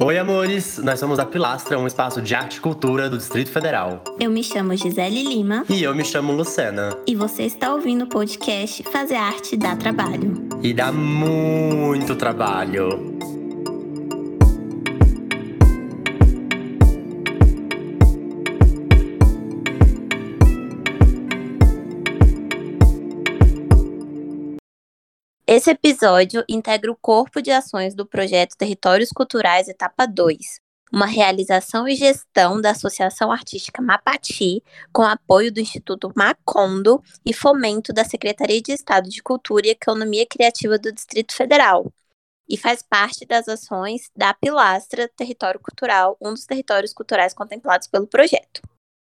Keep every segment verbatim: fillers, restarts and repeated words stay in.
Oi, amores! Nós somos a Pilastra, um espaço de arte e cultura do Distrito Federal. Eu me chamo Gisele Lima. E eu me chamo Lucena. E você está ouvindo o podcast Fazer Arte dá Trabalho. E dá muito trabalho. Esse episódio integra o corpo de ações do projeto Territórios Culturais Etapa dois, uma realização e gestão da Associação Artística Mapati, com apoio do Instituto Macondo e fomento da Secretaria de Estado de Cultura e Economia Criativa do Distrito Federal, e faz parte das ações da Pilastra Território Cultural, um dos territórios culturais contemplados pelo projeto.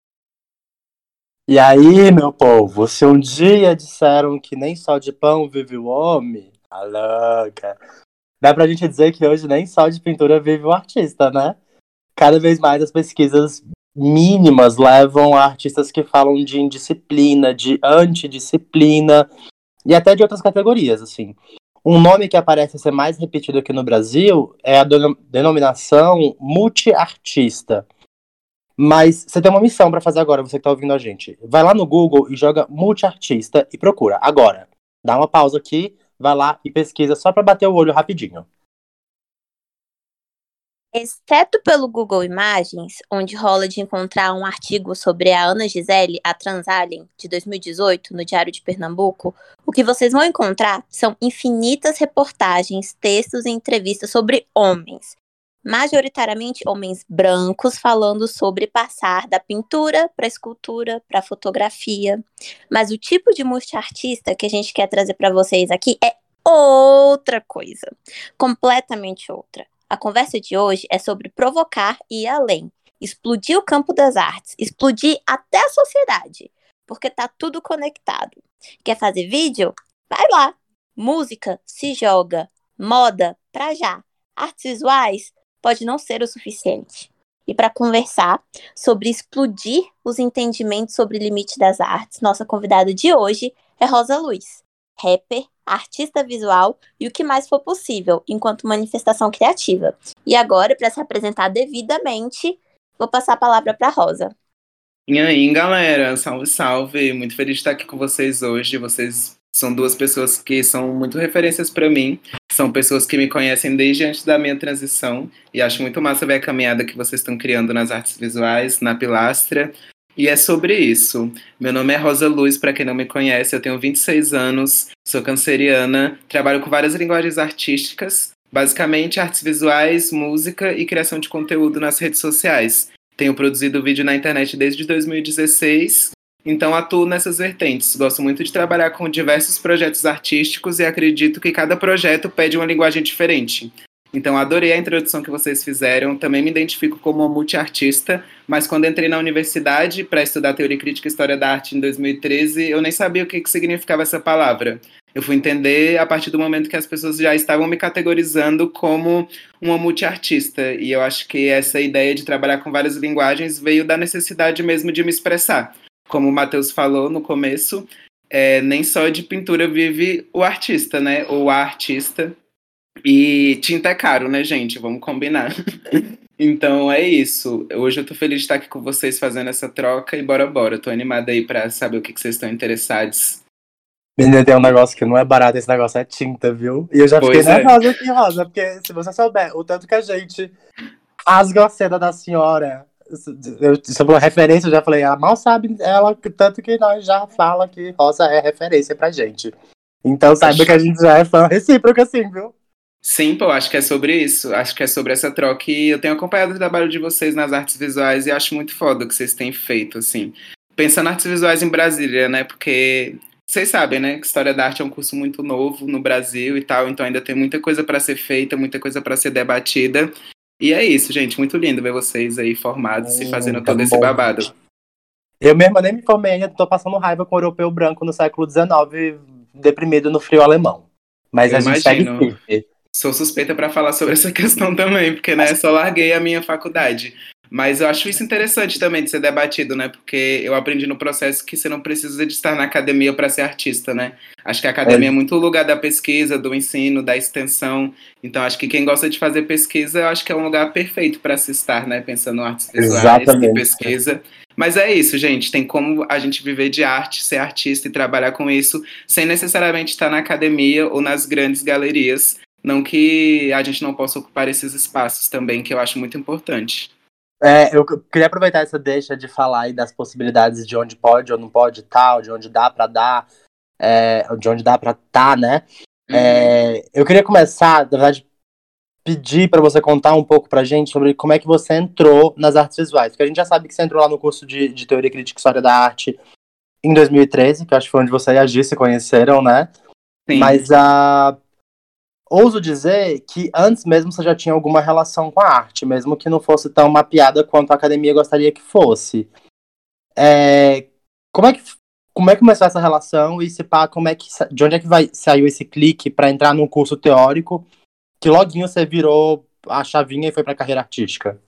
E aí, meu povo, se um dia disseram que nem só de pão vive o homem, a louca, dá pra gente dizer que hoje nem só de pintura vive o artista, né? Cada vez mais as pesquisas mínimas levam a artistas que falam de indisciplina, de antidisciplina e até de outras categorias, assim. Um nome que aparece ser mais repetido aqui no Brasil é a denominação multiartista. Mas você tem uma missão pra fazer agora, você que tá ouvindo a gente. Vai lá no Google e joga multiartista e procura. Agora, dá uma pausa aqui, vai lá e pesquisa só pra bater o olho rapidinho. Exceto pelo Google Imagens, onde rola de encontrar um artigo sobre a Ana Gisele, a Transalien, de dois mil e dezoito, no Diário de Pernambuco, o que vocês vão encontrar são infinitas reportagens, textos e entrevistas sobre homens. Majoritariamente homens brancos falando sobre passar da pintura para a escultura, para a fotografia. Mas o tipo de multiartista que a gente quer trazer para vocês aqui é outra coisa, completamente outra. A conversa de hoje é sobre provocar e ir além, explodir o campo das artes, explodir até a sociedade, porque tá tudo conectado. Quer fazer vídeo? Vai lá. Música? Se joga. Moda? Pra já. Artes visuais? Pode não ser o suficiente. E para conversar sobre explodir os entendimentos sobre o limite das artes, nossa convidada de hoje é Rosa Luiz, rapper, artista visual e o que mais for possível, enquanto manifestação criativa. E agora, para se apresentar devidamente, vou passar a palavra para Rosa. E aí, galera, salve, salve, muito feliz de estar aqui com vocês hoje. Vocês são duas pessoas que são muito referências para mim, são pessoas que me conhecem desde antes da minha transição, e acho muito massa ver a caminhada que vocês estão criando nas artes visuais, na Pilastra, e é sobre isso. Meu nome é Rosa Luiz, para quem não me conhece, eu tenho vinte e seis anos, sou canceriana, trabalho com várias linguagens artísticas, basicamente artes visuais, música e criação de conteúdo nas redes sociais. Tenho produzido vídeo na internet desde dois mil e dezesseis, então atuo nessas vertentes. Gosto muito de trabalhar com diversos projetos artísticos e acredito que cada projeto pede uma linguagem diferente. Então adorei a introdução que vocês fizeram, também me identifico como uma multiartista, mas quando entrei na universidade para estudar Teoria Crítica e História da Arte em dois mil e treze, eu nem sabia o que, que significava essa palavra. Eu fui entender a partir do momento que as pessoas já estavam me categorizando como uma multiartista, e eu acho que essa ideia de trabalhar com várias linguagens veio da necessidade mesmo de me expressar. Como o Matheus falou no começo, é, nem só de pintura vive o artista, né? Ou a artista. E tinta é caro, né, gente? Vamos combinar. Então é isso. Hoje eu tô feliz de estar aqui com vocês fazendo essa troca e bora, bora. Tô animada aí pra saber o que, que vocês estão interessados. Menina, tem um negócio que não é barato, esse negócio é tinta, viu? E eu já fiquei Pois é. nervosa aqui, Rosa, porque se você souber o tanto que a gente rasga a seda da senhora... Eu, sobre uma referência, eu já falei, ela mal sabe ela, tanto que nós já fala que Rosa é referência pra gente. Então saiba que a gente já é fã recíproca, assim, viu? Sim, pô, acho que é sobre isso. Acho que é sobre essa troca. E eu tenho acompanhado o trabalho de vocês nas artes visuais e acho muito foda o que vocês têm feito, assim. Pensando em artes visuais em Brasília, né? Porque vocês sabem, né? Que História da Arte é um curso muito novo no Brasil e tal, então ainda tem muita coisa pra ser feita, muita coisa pra ser debatida. E é isso, gente. Muito lindo ver vocês aí formados hum, e fazendo todo esse babado. Eu mesma nem me formei ainda, tô passando raiva com o europeu branco no século dezenove, deprimido no frio alemão. Mas eu a gente imagino. segue. Sou suspeita pra falar sobre essa questão também, porque, né, só larguei a minha faculdade. Mas eu acho isso interessante também de ser debatido, né? Porque eu aprendi no processo que você não precisa de estar na academia para ser artista, né? Acho que a academia é muito o lugar da pesquisa, do ensino, da extensão. Então acho que quem gosta de fazer pesquisa, eu acho que é um lugar perfeito para se estar, né? Pensando em artes visuais e Exatamente. pesquisa. Mas é isso, gente. Tem como a gente viver de arte, ser artista e trabalhar com isso sem necessariamente estar na academia ou nas grandes galerias. Não que a gente não possa ocupar esses espaços também, que eu acho muito importante. É, eu queria aproveitar essa deixa de falar aí das possibilidades de onde pode ou não pode tal, de onde dá pra dar, é, de onde dá pra tá, né? Uhum. É, eu queria começar, na verdade, pedir pra você contar um pouco pra gente sobre como é que você entrou nas artes visuais, porque a gente já sabe que você entrou lá no curso de, de Teoria Crítica e História da Arte em dois mil e treze, que eu acho que foi onde você e a Gi se conheceram, né? Sim. Mas a ouso dizer que antes mesmo você já tinha alguma relação com a arte, mesmo que não fosse tão mapeada quanto a academia gostaria que fosse. É, como, é que, como é que começou essa relação e se pá, como é que, de onde é que vai, saiu esse clique para entrar num curso teórico que loguinho você virou a chavinha e foi para a carreira artística?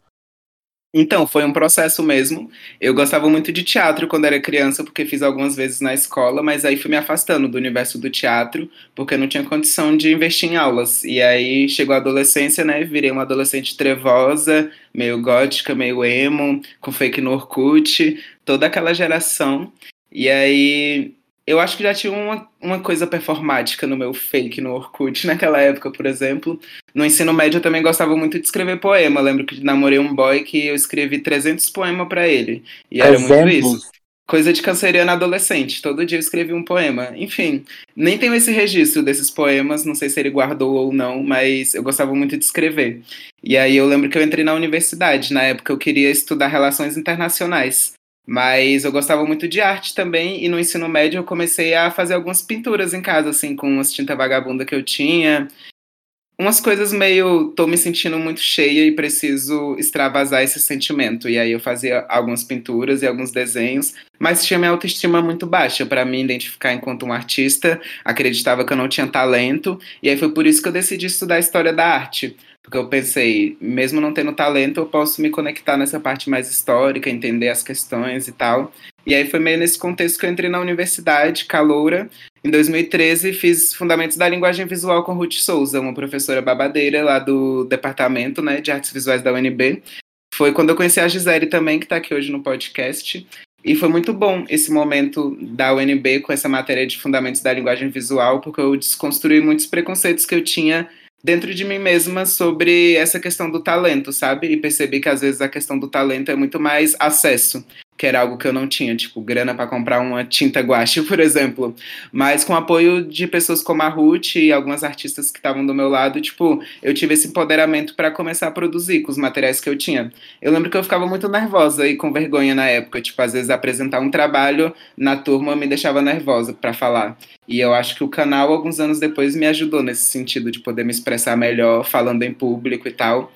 Então, foi um processo mesmo. Eu gostava muito de teatro quando era criança, porque fiz algumas vezes na escola, mas aí fui me afastando do universo do teatro, porque eu não tinha condição de investir em aulas. E aí chegou a adolescência, né? Virei uma adolescente trevosa, meio gótica, meio emo, com fake no Orkut, toda aquela geração. E aí eu acho que já tinha uma, uma coisa performática no meu fake no Orkut naquela época, por exemplo. No ensino médio eu também gostava muito de escrever poema. Eu lembro que namorei um boy que eu escrevi trezentos poemas pra ele. E era muito isso. Coisa de canceriana adolescente. Todo dia eu escrevi um poema. Enfim, nem tenho esse registro desses poemas. Não sei se ele guardou ou não, mas eu gostava muito de escrever. E aí eu lembro que eu entrei na universidade. Na época eu queria estudar relações internacionais. Mas eu gostava muito de arte também, e no ensino médio eu comecei a fazer algumas pinturas em casa, assim, com umas tinta vagabunda que eu tinha. Umas coisas meio, tô me sentindo muito cheia e preciso extravasar esse sentimento. E aí eu fazia algumas pinturas e alguns desenhos, mas tinha minha autoestima muito baixa para me identificar enquanto um artista, acreditava que eu não tinha talento, e aí foi por isso que eu decidi estudar História da Arte. Porque eu pensei, mesmo não tendo talento, eu posso me conectar nessa parte mais histórica, entender as questões e tal. E aí foi meio nesse contexto que eu entrei na universidade, caloura. Em dois mil e treze, fiz Fundamentos da Linguagem Visual com Ruth Souza, uma professora babadeira lá do Departamento, né, de Artes Visuais da U N B. Foi quando eu conheci a Gisele também, que está aqui hoje no podcast. E foi muito bom esse momento da U N B com essa matéria de Fundamentos da Linguagem Visual, porque eu desconstruí muitos preconceitos que eu tinha dentro de mim mesma sobre essa questão do talento, sabe? E percebi que às vezes a questão do talento é muito mais acesso, que era algo que eu não tinha, tipo, grana para comprar uma tinta guache, por exemplo. Mas com o apoio de pessoas como a Ruth e algumas artistas que estavam do meu lado, tipo, eu tive esse empoderamento para começar a produzir com os materiais que eu tinha. Eu lembro que eu ficava muito nervosa e com vergonha na época, tipo, às vezes apresentar um trabalho na turma me deixava nervosa para falar. E eu acho que o canal, alguns anos depois, me ajudou nesse sentido de poder me expressar melhor, falando em público e tal.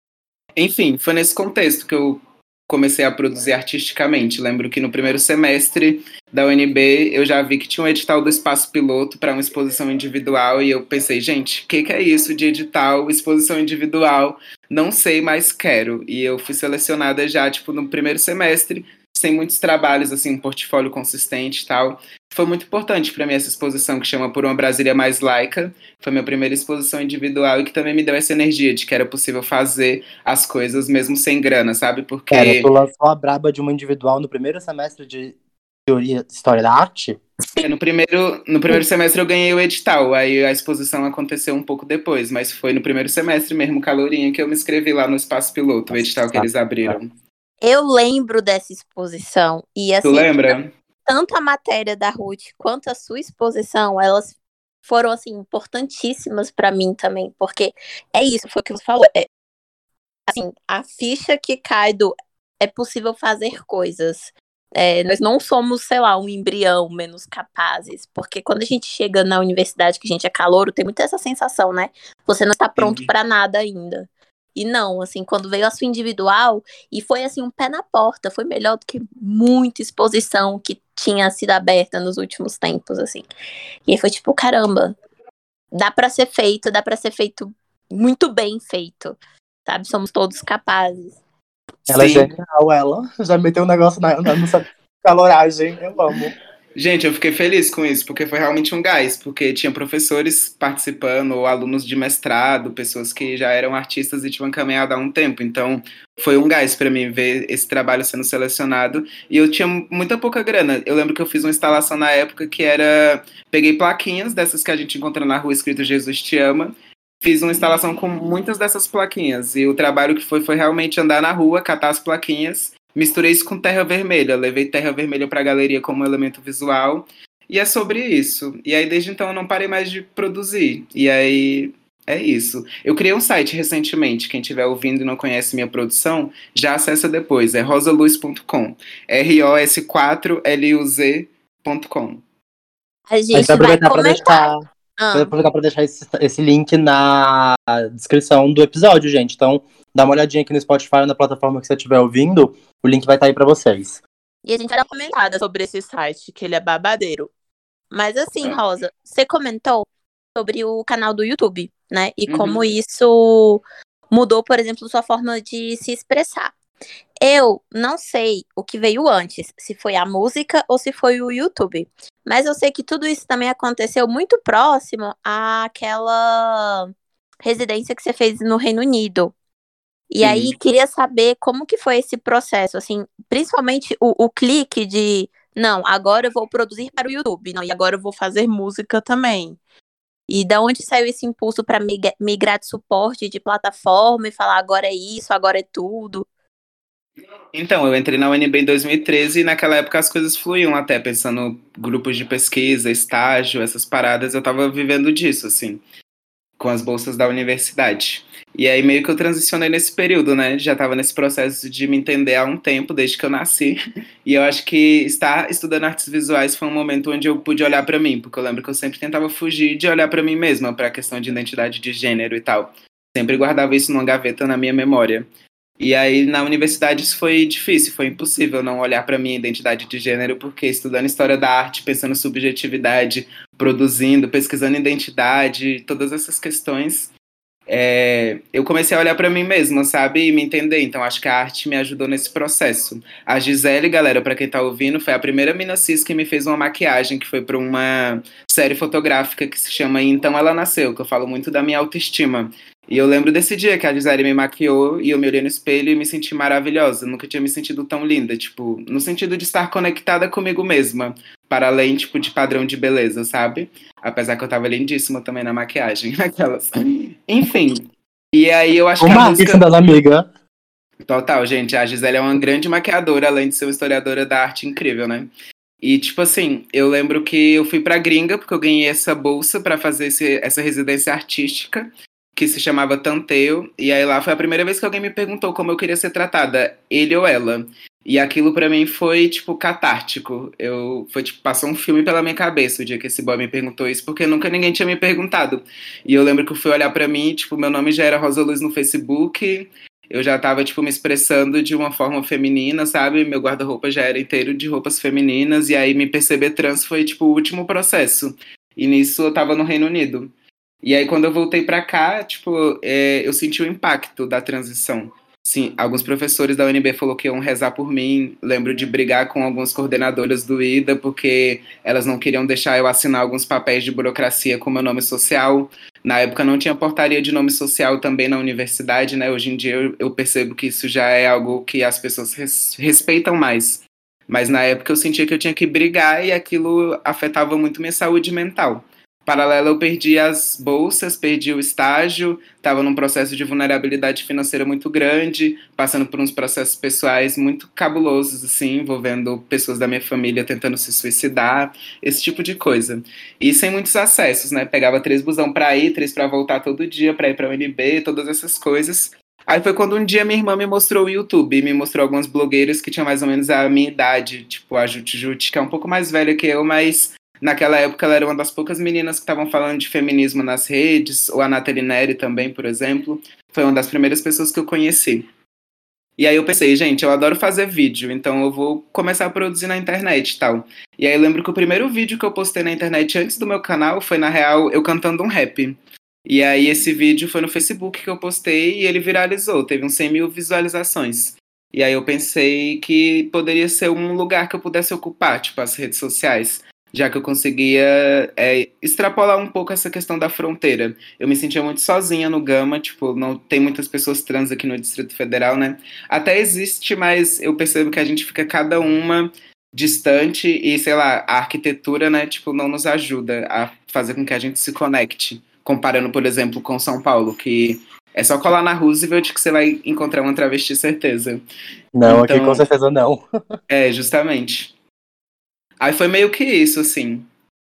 Enfim, foi nesse contexto que eu comecei a produzir artisticamente. Lembro que no primeiro semestre da U N B eu já vi que tinha um edital do Espaço Piloto para uma exposição individual e eu pensei, gente, o que, que é isso de edital, exposição individual? Não sei, mas quero. E eu fui selecionada já, tipo, no primeiro semestre, sem muitos trabalhos, assim, um portfólio consistente e tal. Foi muito importante para mim essa exposição que chama Por uma Brasília Mais Laica. Foi minha primeira exposição individual e que também me deu essa energia de que era possível fazer as coisas mesmo sem grana, sabe? Porque... Pera, tu lançou a braba de uma individual no primeiro semestre de Teoria História da Arte? É, no primeiro, no primeiro semestre eu ganhei o edital, aí a exposição aconteceu um pouco depois, mas foi no primeiro semestre mesmo, calorinha, que eu me inscrevi lá no Espaço Piloto, o edital que eles abriram. Eu lembro dessa exposição e assim... Tu lembra? Tanto a matéria da Ruth quanto a sua exposição, elas foram, assim, importantíssimas para mim também, porque é isso, foi o que você falou, é, assim, a ficha que cai do é possível fazer coisas. É, nós não somos, sei lá, um embrião menos capazes, porque quando a gente chega na universidade, que a gente é calouro, tem muito essa sensação, né? Você não está pronto para nada ainda. E não, assim, quando veio a sua individual, e foi, assim, um pé na porta, foi melhor do que muita exposição que tinha sido aberta nos últimos tempos, assim. E aí foi tipo, caramba, dá pra ser feito, dá pra ser feito muito bem feito, sabe? Somos todos capazes. Ela é Sim. genial, ela. Já meteu um negócio na, na nossa caloragem. Eu amo. Gente, eu fiquei feliz com isso, porque foi realmente um gás, porque tinha professores participando, ou alunos de mestrado, pessoas que já eram artistas e tinham caminhado há um tempo. Então, foi um gás para mim ver esse trabalho sendo selecionado. E eu tinha muita pouca grana. Eu lembro que eu fiz uma instalação na época que era... Peguei plaquinhas dessas que a gente encontra na rua escrito Jesus te ama. Fiz uma instalação com muitas dessas plaquinhas. E o trabalho que foi foi realmente andar na rua, catar as plaquinhas. Misturei isso com terra vermelha, levei terra vermelha para a galeria como elemento visual, e é sobre isso. E aí, desde então, eu não parei mais de produzir. E aí, é isso. Eu criei um site recentemente, quem estiver ouvindo e não conhece minha produção, já acessa depois, é rosaluz ponto com, R O S quatro L U Z ponto com. A A gente gente vai vai aproveitar para comentar. deixar, Ah, vai aproveitar pra deixar esse, esse link na descrição do episódio, gente. Então, dá uma olhadinha aqui no Spotify ou na plataforma que você estiver ouvindo. O link vai estar aí pra vocês. e a gente vai dar uma comentada sobre esse site, que ele é babadeiro. Mas assim, Rosa, você comentou sobre o canal do YouTube, né? E Uhum. como isso mudou, por exemplo, sua forma de se expressar. Eu não sei o que veio antes, se foi a música ou se foi o YouTube. Mas eu sei que tudo isso também aconteceu muito próximo àquela residência que você fez no Reino Unido. E Sim. aí, queria saber como que foi esse processo, assim, principalmente o, o clique de, não, agora eu vou produzir para o YouTube, não, e agora eu vou fazer música também. E da onde saiu esse impulso para migrar de suporte de plataforma e falar agora é isso, agora é tudo? Então, eu entrei na U N B em dois mil e treze e naquela época as coisas fluíam até, pensando grupos de pesquisa, estágio, essas paradas, eu tava vivendo disso, assim, com as bolsas da universidade. E aí meio que eu transicionei nesse período, né? Já tava nesse processo de me entender há um tempo, desde que eu nasci. E eu acho que estar estudando artes visuais foi um momento onde eu pude olhar pra mim, porque eu lembro que eu sempre tentava fugir de olhar pra mim mesma, pra questão de identidade de gênero e tal. Sempre guardava isso numa gaveta na minha memória. E aí, na universidade, isso foi difícil, foi impossível não olhar para minha identidade de gênero, porque estudando história da arte, pensando subjetividade, produzindo, pesquisando identidade, todas essas questões, é, eu comecei a olhar para mim mesma, sabe? E me entender. Então, acho que a arte me ajudou nesse processo. A Gisele, galera, para quem tá ouvindo, foi a primeira mina cis que me fez uma maquiagem, que foi para uma série fotográfica que se chama Então Ela Nasceu, que eu falo muito da minha autoestima. E eu lembro desse dia que a Gisele me maquiou e eu me olhei no espelho e me senti maravilhosa. Nunca tinha me sentido tão linda, tipo, no sentido de estar conectada comigo mesma, para além, tipo, de padrão de beleza, sabe? Apesar que eu tava lindíssima também na maquiagem, aquelas. Enfim. E aí eu acho que a Uma música... das amigas. Total, gente, a Gisele é uma grande maquiadora, além de ser uma historiadora da arte incrível, né? E, tipo assim, eu lembro que eu fui pra gringa, porque eu ganhei essa bolsa pra fazer esse, essa residência artística, que se chamava Tanteu, e aí lá foi a primeira vez que alguém me perguntou como eu queria ser tratada, ele ou ela. E aquilo pra mim foi, tipo, catártico. Eu, foi, tipo, passou um filme pela minha cabeça o dia que esse boy me perguntou isso, porque nunca ninguém tinha me perguntado. E eu lembro que eu fui olhar pra mim, tipo, meu nome já era Rosa Luz no Facebook, eu já tava, tipo, me expressando de uma forma feminina, sabe? Meu guarda-roupa já era inteiro de roupas femininas, e aí me perceber trans foi, tipo, o último processo. E nisso eu tava no Reino Unido. E aí, quando eu voltei pra cá, tipo, é, eu senti o impacto da transição. Sim, alguns professores da U N B falaram que iam rezar por mim. Lembro de brigar com algumas coordenadoras do I D A, porque elas não queriam deixar eu assinar alguns papéis de burocracia com meu nome social. Na época não tinha portaria de nome social também na universidade, né? Hoje em dia eu, eu percebo que isso já é algo que as pessoas res, respeitam mais. Mas na época eu sentia que eu tinha que brigar e aquilo afetava muito minha saúde mental. Paralelo, eu perdi as bolsas, perdi o estágio, estava num processo de vulnerabilidade financeira muito grande, passando por uns processos pessoais muito cabulosos, assim, envolvendo pessoas da minha família tentando se suicidar, esse tipo de coisa. E sem muitos acessos, né? Pegava três busão para ir, três para voltar todo dia, para ir para a U N B, todas essas coisas. Aí foi quando um dia minha irmã me mostrou o YouTube, me mostrou algumas blogueiras que tinham mais ou menos a minha idade, tipo a Jut Jut, que é um pouco mais velha que eu, mas... Naquela época ela era uma das poucas meninas que estavam falando de feminismo nas redes, ou a Nathalie Neri também, por exemplo. Foi uma das primeiras pessoas que eu conheci. E aí eu pensei, gente, eu adoro fazer vídeo, então eu vou começar a produzir na internet e tal. E aí eu lembro que o primeiro vídeo que eu postei na internet antes do meu canal foi, na real, eu cantando um rap. E aí esse vídeo foi no Facebook que eu postei e ele viralizou, teve uns cem mil visualizações. E aí eu pensei que poderia ser um lugar que eu pudesse ocupar, tipo, as redes sociais, já que eu conseguia é, extrapolar um pouco essa questão da fronteira. Eu me sentia muito sozinha no Gama, tipo, não tem muitas pessoas trans aqui no Distrito Federal, né? Até existe, mas eu percebo que a gente fica cada uma distante e, sei lá, a arquitetura, né, tipo, não nos ajuda a fazer com que a gente se conecte. Comparando, por exemplo, com São Paulo, que é só colar na Roosevelt que você vai encontrar uma travesti, certeza. Não, aqui com Então, certeza não. é, justamente. Aí foi meio que isso, assim.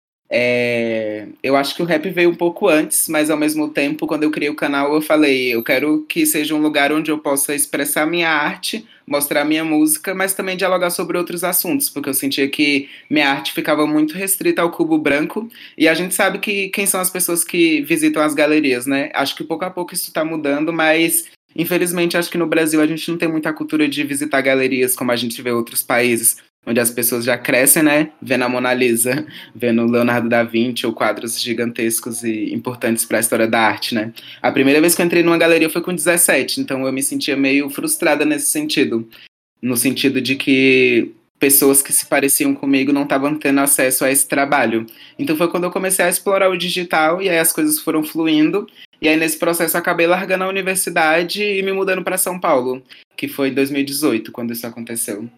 É, eu acho que o rap veio um pouco antes, mas ao mesmo tempo, quando eu criei o canal, eu falei, eu quero que seja um lugar onde eu possa expressar minha arte, mostrar minha música, mas também dialogar sobre outros assuntos, porque eu sentia que minha arte ficava muito restrita ao cubo branco, e a gente sabe que quem são as pessoas que visitam as galerias, né? Acho que pouco a pouco isso tá mudando, mas infelizmente acho que no Brasil a gente não tem muita cultura de visitar galerias como a gente vê em outros países, onde as pessoas já crescem, né, vendo a Mona Lisa, vendo Leonardo da Vinci ou quadros gigantescos e importantes para a história da arte, né. A primeira vez que eu entrei numa galeria foi com dezessete, então eu me sentia meio frustrada nesse sentido, no sentido de que pessoas que se pareciam comigo não estavam tendo acesso a esse trabalho. Então foi quando eu comecei a explorar o digital e aí as coisas foram fluindo, e aí nesse processo eu acabei largando a universidade e me mudando para São Paulo, que foi em dois mil e dezoito, quando isso aconteceu.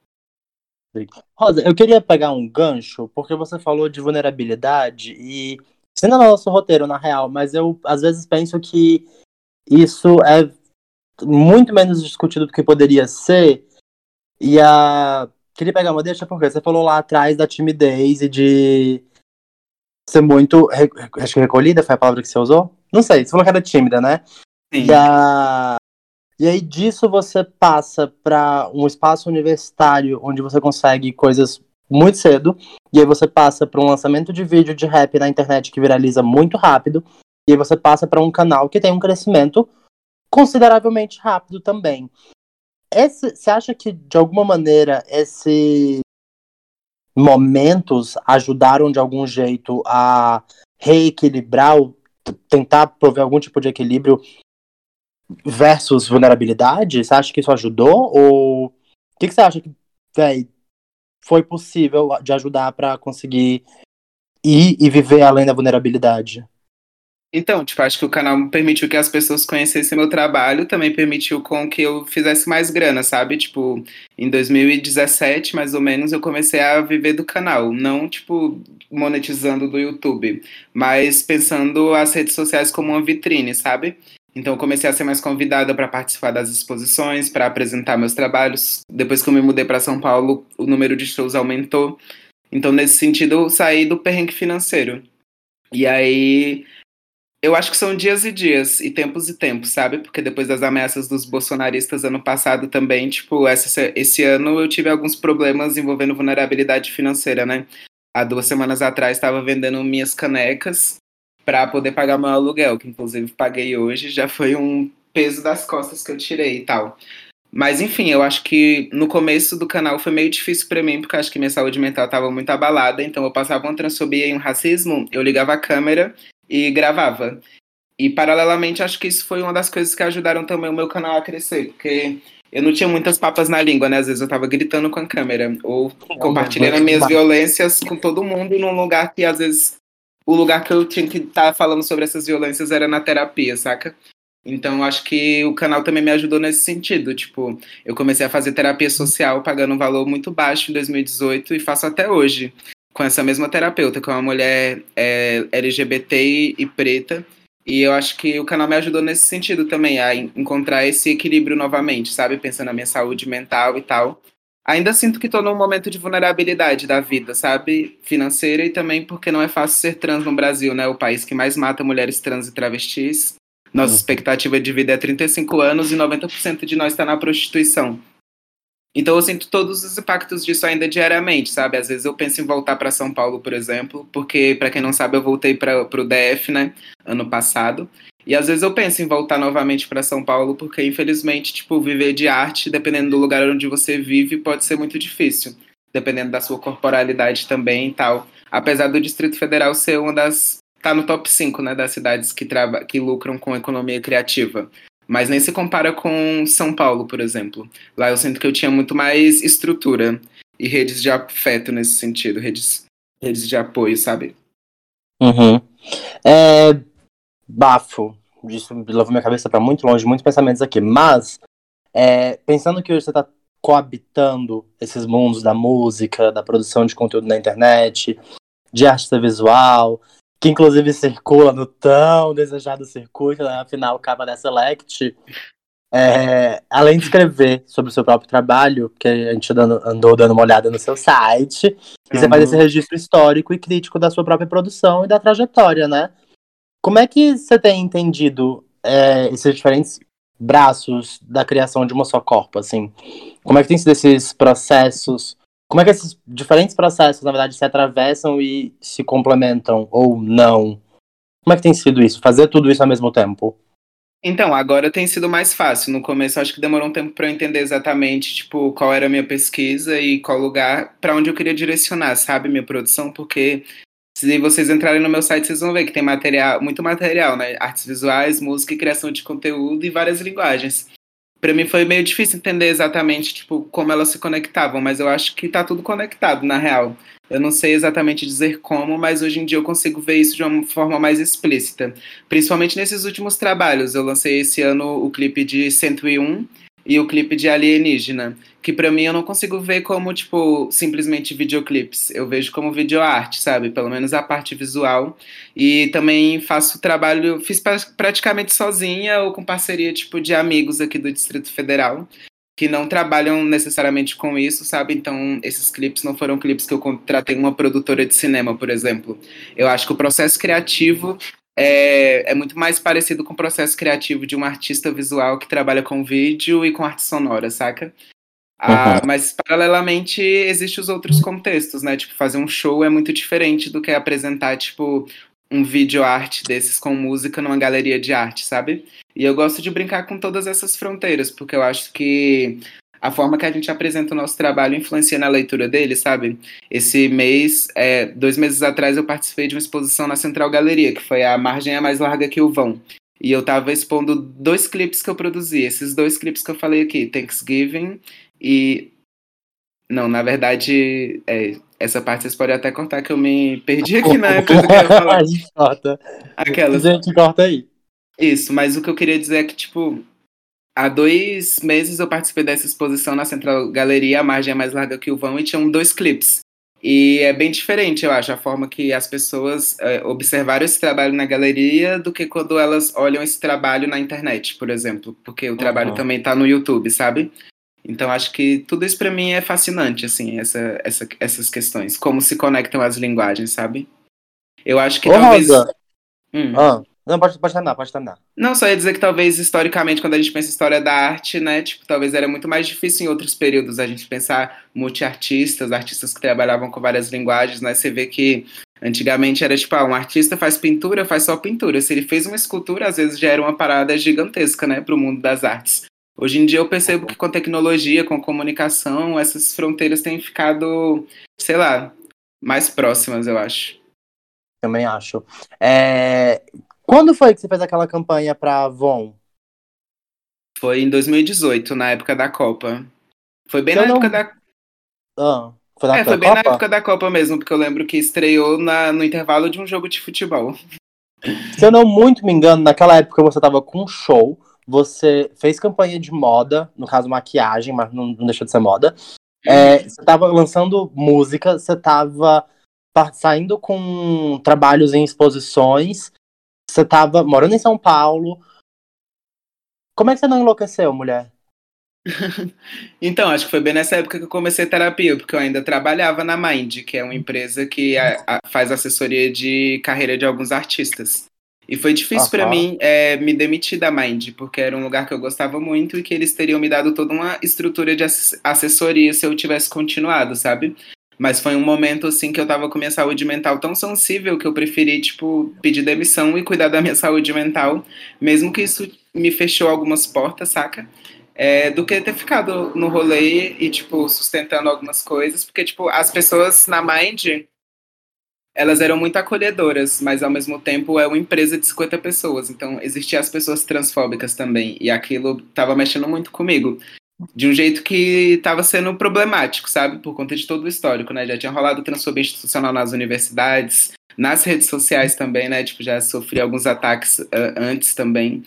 Rosa, eu queria pegar um gancho, porque você falou de vulnerabilidade e isso ainda não é nosso roteiro, na real, mas eu às vezes penso que isso é muito menos discutido do que poderia ser. E a. Queria pegar uma deixa porque você falou lá atrás da timidez e de ser muito. Acho que recolhida foi a palavra que você usou? Não sei, você falou que era tímida, né? Sim. E a. E aí disso você passa para um espaço universitário onde você consegue coisas muito cedo, e aí você passa para um lançamento de vídeo de rap na internet que viraliza muito rápido, e aí você passa para um canal que tem um crescimento consideravelmente rápido também. Esse, você acha que de alguma maneira esses momentos ajudaram de algum jeito a reequilibrar, tentar prover algum tipo de equilíbrio versus vulnerabilidade? Você acha que isso ajudou? Ou o que, que você acha que, véi, foi possível de ajudar para conseguir ir e viver além da vulnerabilidade? Então, tipo, acho que o canal permitiu que as pessoas conhecessem meu trabalho, também permitiu com que eu fizesse mais grana, sabe? Tipo, em dois mil e dezessete, mais ou menos, eu comecei a viver do canal, não, tipo, monetizando do YouTube, mas pensando as redes sociais como uma vitrine, sabe? Então, eu comecei a ser mais convidada para participar das exposições, para apresentar meus trabalhos. Depois que eu me mudei para São Paulo, o número de shows aumentou. Então, nesse sentido, eu saí do perrengue financeiro. E aí eu acho que são dias e dias, e tempos e tempos, sabe? Porque depois das ameaças dos bolsonaristas ano passado também, tipo, essa, esse ano eu tive alguns problemas envolvendo vulnerabilidade financeira, né? Há duas semanas atrás estava vendendo minhas canecas para poder pagar meu aluguel, que inclusive paguei hoje, já foi um peso das costas que eu tirei e tal. Mas enfim, eu acho que no começo do canal foi meio difícil pra mim, porque eu acho que minha saúde mental estava muito abalada, então eu passava uma transfobia e um racismo, eu ligava a câmera e gravava. E paralelamente acho que isso foi uma das coisas que ajudaram também o meu canal a crescer, porque eu não tinha muitas papas na língua, né? Às vezes eu tava gritando com a câmera, ou compartilhando as minhas violências com todo mundo num lugar que às vezes o lugar que eu tinha que estar falando sobre essas violências era na terapia, saca? Então, acho que o canal também me ajudou nesse sentido. Tipo, eu comecei a fazer terapia social pagando um valor muito baixo em dois mil e dezoito e faço até hoje, com essa mesma terapeuta, que é uma mulher é, L G B T e preta. E eu acho que o canal me ajudou nesse sentido também, a encontrar esse equilíbrio novamente, sabe? Pensando na minha saúde mental e tal. Ainda sinto que estou num momento de vulnerabilidade da vida, sabe? Financeira e também porque não é fácil ser trans no Brasil, né? O país que mais mata mulheres trans e travestis. Nossa expectativa de vida é trinta e cinco anos e noventa por cento de nós está na prostituição. Então eu sinto todos os impactos disso ainda diariamente, sabe? Às vezes eu penso em voltar para São Paulo, por exemplo, porque, para quem não sabe, eu voltei para o D F, né, ano passado. E às vezes eu penso em voltar novamente para São Paulo, porque infelizmente, tipo, viver de arte, dependendo do lugar onde você vive, pode ser muito difícil. Dependendo da sua corporalidade também e tal. Apesar do Distrito Federal ser uma das... tá no top cinco, né, das cidades que, traba... que lucram com economia criativa. Mas nem se compara com São Paulo, por exemplo. Lá eu sinto que eu tinha muito mais estrutura e redes de afeto nesse sentido, redes, redes de apoio, sabe? Uhum. É, bafo. Isso levou minha cabeça pra muito longe, muitos pensamentos aqui. Mas, é, pensando que hoje você tá coabitando esses mundos da música, da produção de conteúdo na internet, de artista visual, que inclusive circula no tão desejado circuito, né? Afinal, capa da Select. É, além de escrever sobre o seu próprio trabalho, que a gente dando- andou dando uma olhada no seu site, e você faz esse Amo. registro histórico e crítico da sua própria produção e da trajetória, né? Como é que você tem entendido é, esses diferentes braços da criação de uma só corpo, assim? Como é que tem sido esses processos? Como é que esses diferentes processos, na verdade, se atravessam e se complementam ou não? Como é que tem sido isso? Fazer tudo isso ao mesmo tempo? Então, agora tem sido mais fácil. No começo, acho que demorou um tempo para eu entender exatamente, tipo, qual era a minha pesquisa e qual lugar para onde eu queria direcionar, sabe, minha produção, porque se vocês entrarem no meu site, vocês vão ver que tem material, muito material, né? Artes visuais, música e criação de conteúdo e várias linguagens. Para mim foi meio difícil entender exatamente, tipo, como elas se conectavam, mas eu acho que tá tudo conectado, na real. Eu não sei exatamente dizer como, mas hoje em dia eu consigo ver isso de uma forma mais explícita. Principalmente nesses últimos trabalhos. Eu lancei esse ano o clipe de cento e um e o clipe de Alienígena, que pra mim eu não consigo ver como, tipo, simplesmente videoclipes. Eu vejo como videoarte, sabe? Pelo menos a parte visual. E também faço trabalho, fiz pra- praticamente sozinha ou com parceria, tipo, de amigos aqui do Distrito Federal, que não trabalham necessariamente com isso, sabe? Então, esses clipes não foram clipes que eu contratei uma produtora de cinema, por exemplo. Eu acho que o processo criativo é, é muito mais parecido com o processo criativo de um artista visual que trabalha com vídeo e com arte sonora, saca? Ah, Uhum. mas, paralelamente, existem os outros contextos, né? Tipo, fazer um show é muito diferente do que apresentar, tipo, um vídeo arte desses com música numa galeria de arte, sabe? E eu gosto de brincar com todas essas fronteiras, porque eu acho que a forma que a gente apresenta o nosso trabalho influencia na leitura dele, sabe? Esse mês, é, dois meses atrás, eu participei de uma exposição na Central Galeria, que foi A Margem é Mais Larga que o Vão. E eu tava expondo dois clipes que eu produzi. Esses dois clipes que eu falei aqui, Thanksgiving e. Não, na verdade, é, essa parte vocês podem até cortar que eu me perdi aqui na coisa que eu ia A falar. gente corta. A Aquelas. gente corta aí. Isso, mas o que eu queria dizer é que, tipo, há dois meses eu participei dessa exposição na Central Galeria, A Margem é Mais Larga que o Vão, e tinham dois clipes. E é bem diferente, eu acho, a forma que as pessoas é, observaram esse trabalho na galeria do que quando elas olham esse trabalho na internet, por exemplo. Porque o trabalho Uhum. também tá no YouTube, sabe? Então acho que tudo isso pra mim é fascinante, assim, essa, essa, essas questões. Como se conectam as linguagens, sabe? Eu acho que Ô, talvez. Rosa. Hum. Ah, não, pode, pode terminar, pode terminar. Não, só ia dizer que talvez historicamente, quando a gente pensa em história da arte, né, tipo, talvez era muito mais difícil em outros períodos a gente pensar multiartistas, artistas que trabalhavam com várias linguagens, né? Você vê que antigamente era tipo, ah, um artista faz pintura, faz só pintura. Se ele fez uma escultura, às vezes já era uma parada gigantesca, né, pro mundo das artes. Hoje em dia eu percebo que com tecnologia, com comunicação, essas fronteiras têm ficado, sei lá, mais próximas, eu acho. Também acho. É, Quando foi que você fez aquela campanha pra Avon? Foi em dois mil e dezoito, na época da Copa. Foi bem Se na eu época não. da. Ah, foi na É, época foi da bem na Copa? época da Copa mesmo, porque eu lembro que estreou na, no intervalo de um jogo de futebol. Se eu não muito me engano, naquela época você tava com um show, você fez campanha de moda, no caso maquiagem, mas não, não deixou de ser moda. É, Uhum. você tava lançando música, você tava par- saindo com trabalhos em exposições, você tava morando em São Paulo. Como é que você não enlouqueceu, mulher? Então, acho que foi bem nessa época que eu comecei terapia, porque eu ainda trabalhava na Mind, que é uma empresa que a- a- faz assessoria de carreira de alguns artistas. E foi difícil pra Aham. mim é, me demitir da Mind, porque era um lugar que eu gostava muito e que eles teriam me dado toda uma estrutura de ass- assessoria se eu tivesse continuado, sabe? Mas foi um momento assim que eu tava com minha saúde mental tão sensível que eu preferi, tipo, pedir demissão e cuidar da minha saúde mental, mesmo que isso me fechou algumas portas, saca? É, do que ter ficado no rolê e, tipo, sustentando algumas coisas, porque, tipo, as pessoas na Mind elas eram muito acolhedoras, mas ao mesmo tempo é uma empresa de cinquenta pessoas, então existiam as pessoas transfóbicas também, e aquilo tava mexendo muito comigo, de um jeito que tava sendo problemático, sabe, por conta de todo o histórico, né, já tinha rolado transfobia institucional nas universidades, nas redes sociais também, né, tipo, já sofri alguns ataques uh, antes também,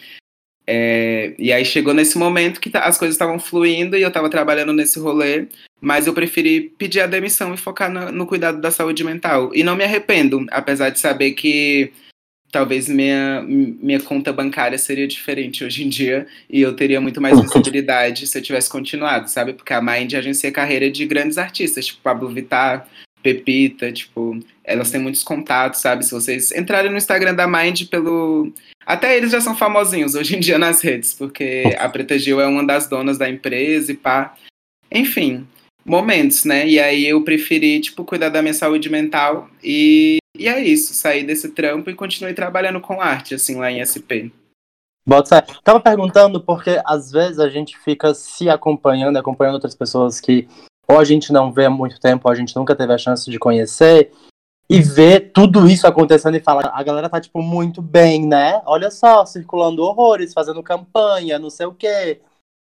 é, e aí chegou nesse momento que as coisas estavam fluindo e eu tava trabalhando nesse rolê, mas eu preferi pedir a demissão e focar no, no cuidado da saúde mental. E não me arrependo, apesar de saber que talvez minha, minha conta bancária seria diferente hoje em dia e eu teria muito mais visibilidade se eu tivesse continuado, sabe? Porque a Mind agencia a carreira de grandes artistas, tipo Pablo Vittar, Pepita, tipo, elas têm muitos contatos, sabe? Se vocês entrarem no Instagram da Mind pelo... Até eles já são famosinhos hoje em dia nas redes, porque a Preta Gil é uma das donas da empresa e pá. Enfim, momentos, né? E aí eu preferi, tipo, cuidar da minha saúde mental e, e é isso, saí desse trampo e continuei trabalhando com arte, assim, lá em S P. Bota, tava perguntando porque às vezes a gente fica se acompanhando, acompanhando outras pessoas que ou a gente não vê há muito tempo, ou a gente nunca teve a chance de conhecer, e ver tudo isso acontecendo e falar, a galera tá, tipo, muito bem, né? Olha só, circulando horrores, fazendo campanha, não sei o quê.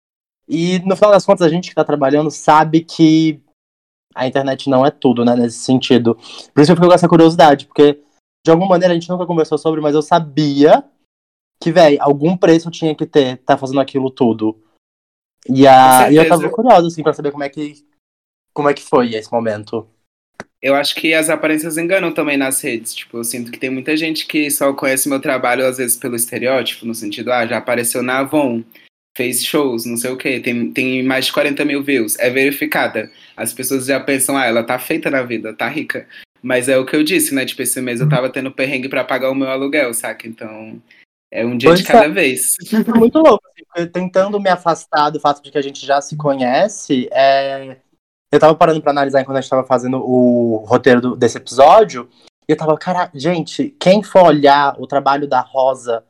E, no final das contas, a gente que tá trabalhando sabe que a internet não é tudo, né, nesse sentido. Por isso eu fico com essa curiosidade, porque, de alguma maneira, a gente nunca conversou sobre, mas eu sabia que, velho, algum preço tinha que ter, tá fazendo aquilo tudo. E, a, e eu tava curioso, assim, pra saber como é que, como é que foi esse momento. Eu acho que as aparências enganam também nas redes. Tipo, eu sinto que tem muita gente que só conhece meu trabalho, às vezes, pelo estereótipo, no sentido, ah, já apareceu na Avon, fez shows, não sei o quê, tem, tem mais de quarenta mil views, é verificada. As pessoas já pensam, ah, ela tá feita na vida, tá rica. Mas é o que eu disse, né? Tipo, esse mês eu tava tendo perrengue pra pagar o meu aluguel, saca? Então, é um dia pois de cada é. vez. É muito louco, assim, porque tentando me afastar do fato de que a gente já se conhece, é... eu tava parando pra analisar enquanto a gente tava fazendo o roteiro do, desse episódio, e eu tava, cara, gente, quem for olhar o trabalho da Rosa,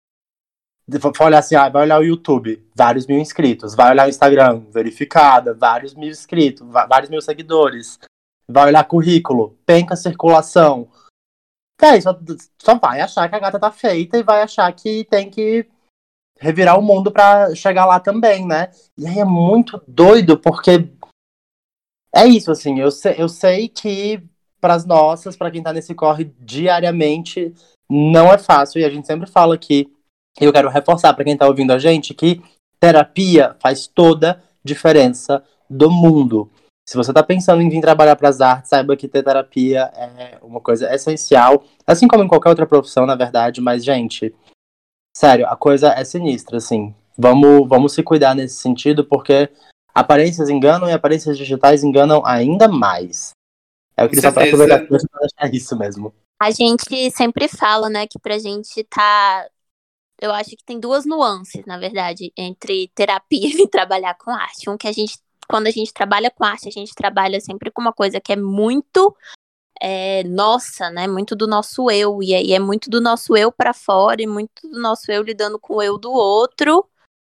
for olhar assim, ah, vai olhar o YouTube, vários mil inscritos, vai olhar o Instagram, verificada, vários mil inscritos, vários mil seguidores, vai olhar currículo, penca circulação, é, só, só vai achar que a gata tá feita e vai achar que tem que revirar o mundo pra chegar lá também, né? E aí é muito doido, porque é isso, assim, eu sei, eu sei que pras nossas, pra quem tá nesse corre diariamente, não é fácil, e a gente sempre fala que, eu quero reforçar pra quem tá ouvindo a gente, que terapia faz toda diferença do mundo. Se você tá pensando em vir trabalhar pras artes, saiba que ter terapia é uma coisa essencial, assim como em qualquer outra profissão, na verdade, mas, gente, sério, a coisa é sinistra, assim, vamos, vamos se cuidar nesse sentido, porque aparências enganam e aparências digitais enganam ainda mais. É o que eles falam pra achar isso mesmo. A gente sempre fala, né, que pra gente tá... Eu acho que tem duas nuances, na verdade, entre terapia e trabalhar com arte. Um que a gente, quando a gente trabalha com arte, a gente trabalha sempre com uma coisa que é muito é, nossa, né, muito do nosso eu. E aí é muito do nosso eu pra fora e muito do nosso eu lidando com o eu do outro.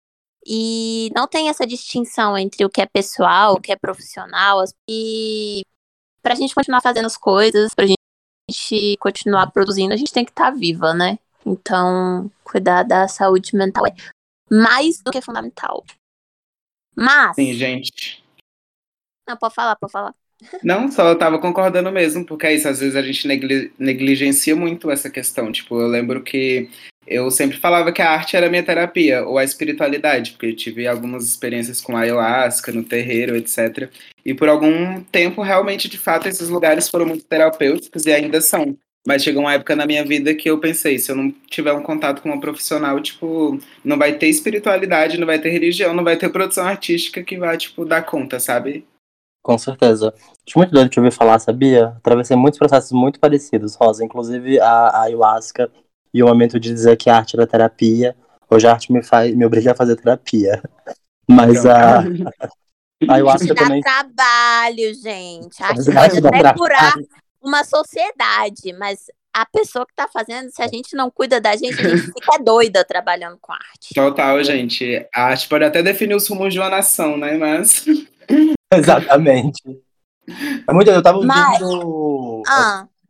E não tem essa distinção entre o que é pessoal, o que é profissional. E pra gente continuar fazendo as coisas, pra gente continuar produzindo, a gente tem que estar viva, né? Então, cuidar da saúde mental é mais do que fundamental. Mas... Sim, gente. Não, pode falar, pode falar. Não, só eu tava concordando mesmo, porque é isso, às vezes a gente negli- negligencia muito essa questão. Tipo, eu lembro que eu sempre falava que a arte era a minha terapia, ou a espiritualidade, porque eu tive algumas experiências com ayahuasca, no terreiro, etcétera. E por algum tempo, realmente, de fato, esses lugares foram muito terapêuticos e ainda são. Mas chegou uma época na minha vida que eu pensei, se eu não tiver um contato com uma profissional, tipo, não vai ter espiritualidade, não vai ter religião, não vai ter produção artística que vai, tipo, dar conta, sabe? Com certeza. Acho muito doido te ouvir falar, sabia? Atravessei muitos processos muito parecidos, Rosa. Inclusive a, a ayahuasca e o momento de dizer que a arte era terapia. Hoje a arte me, faz, me obriga a fazer terapia. Mas a, a ayahuasca dá também... trabalho, gente. A arte Mas pode dá até trabalho. curar uma sociedade, mas a pessoa que tá fazendo, se a gente não cuida da gente, a gente fica doida trabalhando com arte. Total, gente. A arte pode até definir os rumos de uma nação, né? Mas... Exatamente. É muito, eu tava ouvindo... Mas... Ah.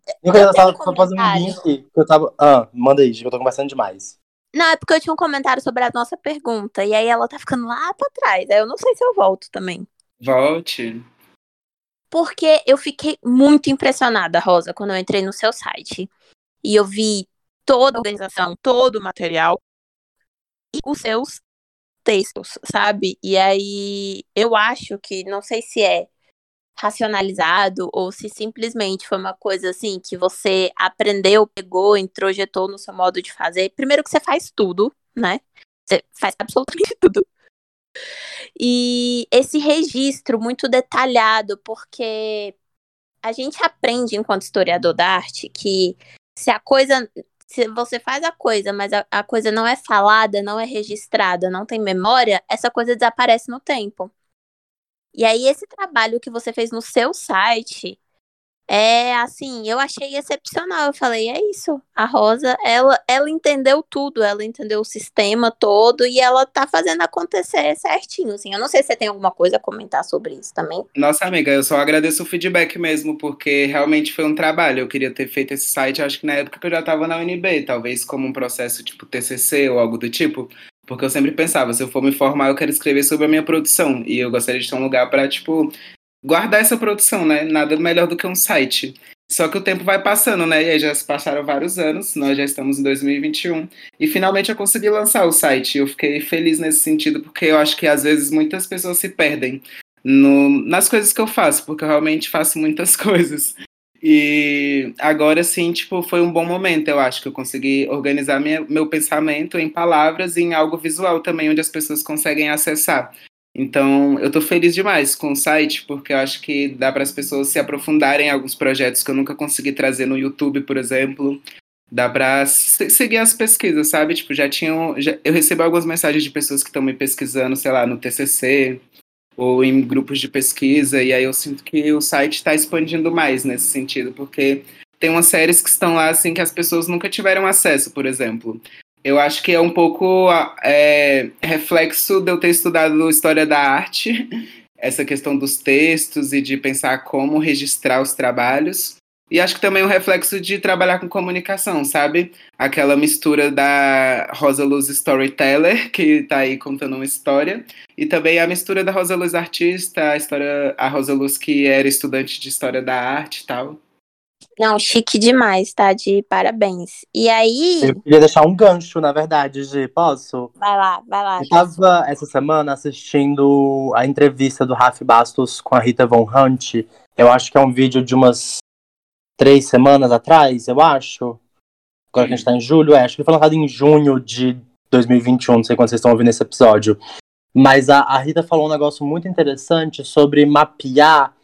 Eu Eu queria tenho um só fazer um comentário. link que eu tava. Ah, manda aí, que eu tô conversando demais. Não, é porque eu tinha um comentário sobre a nossa pergunta. E aí ela tá ficando lá pra trás. Aí eu não sei se eu volto também. Volte. Porque eu fiquei muito impressionada, Rosa, quando eu entrei no seu site. E eu vi toda a organização, todo o material e os seus textos, sabe? E aí eu acho que, não sei se é racionalizado ou se simplesmente foi uma coisa assim que você aprendeu, pegou, introjetou no seu modo de fazer. Primeiro que você faz tudo, né? Você faz absolutamente tudo. E esse registro muito detalhado, porque a gente aprende enquanto historiador da arte que se a coisa, se você faz a coisa, mas a, a coisa não é falada, não é registrada, não tem memória, essa coisa desaparece no tempo. E aí esse trabalho que você fez no seu site é assim, eu achei excepcional. Eu falei, é isso. A Rosa, ela, ela entendeu tudo, ela entendeu o sistema todo e ela tá fazendo acontecer certinho, assim. Eu não sei se você tem alguma coisa a comentar sobre isso também. Nossa, amiga, eu só agradeço o feedback mesmo, porque realmente foi um trabalho. Eu queria ter feito esse site, acho que na época que eu já estava na U N B, talvez como um processo tipo T C C ou algo do tipo, porque eu sempre pensava, se eu for me formar, eu quero escrever sobre a minha produção, e eu gostaria de ter um lugar para, tipo, guardar essa produção, né? Nada melhor do que um site. Só que o tempo vai passando, né? E aí já se passaram vários anos, nós já estamos em dois mil e vinte e um, e finalmente eu consegui lançar o site. Eu fiquei feliz nesse sentido, porque eu acho que às vezes muitas pessoas se perdem no, nas coisas que eu faço, porque eu realmente faço muitas coisas. E agora sim, tipo, foi um bom momento, eu acho, que eu consegui organizar minha, meu pensamento em palavras e em algo visual também, onde as pessoas conseguem acessar. Então, eu tô feliz demais com o site, porque eu acho que dá para as pessoas se aprofundarem em alguns projetos que eu nunca consegui trazer no YouTube, por exemplo. Dá pra se- seguir as pesquisas, sabe? Tipo, já tinham. Já, eu recebo algumas mensagens de pessoas que estão me pesquisando, sei lá, no T C C ou em grupos de pesquisa, e aí eu sinto que o site está expandindo mais nesse sentido, porque tem umas séries que estão lá assim que as pessoas nunca tiveram acesso, por exemplo. Eu acho que é um pouco é, reflexo de eu ter estudado história da arte, essa questão dos textos e de pensar como registrar os trabalhos. E acho que também é um reflexo de trabalhar com comunicação, sabe? Aquela mistura da Rosa Luz Storyteller, que tá aí contando uma história, e também a mistura da Rosa Luz artista, a, história, a Rosa Luz que era estudante de história da arte e tal. Não, chique demais, tá? De parabéns. E aí, Eu queria deixar um gancho, na verdade, Gi, posso? vai lá, vai lá, Eu Jessu. tava essa semana assistindo a entrevista do Raf Bastos com a Rita Von Hunt. Eu acho que é um vídeo de umas três semanas atrás, eu acho. Agora que a gente tá em julho, é, acho que foi lançado em junho de dois mil e vinte e um, não sei quando vocês estão ouvindo esse episódio. Mas a, a Rita falou um negócio muito interessante sobre mapear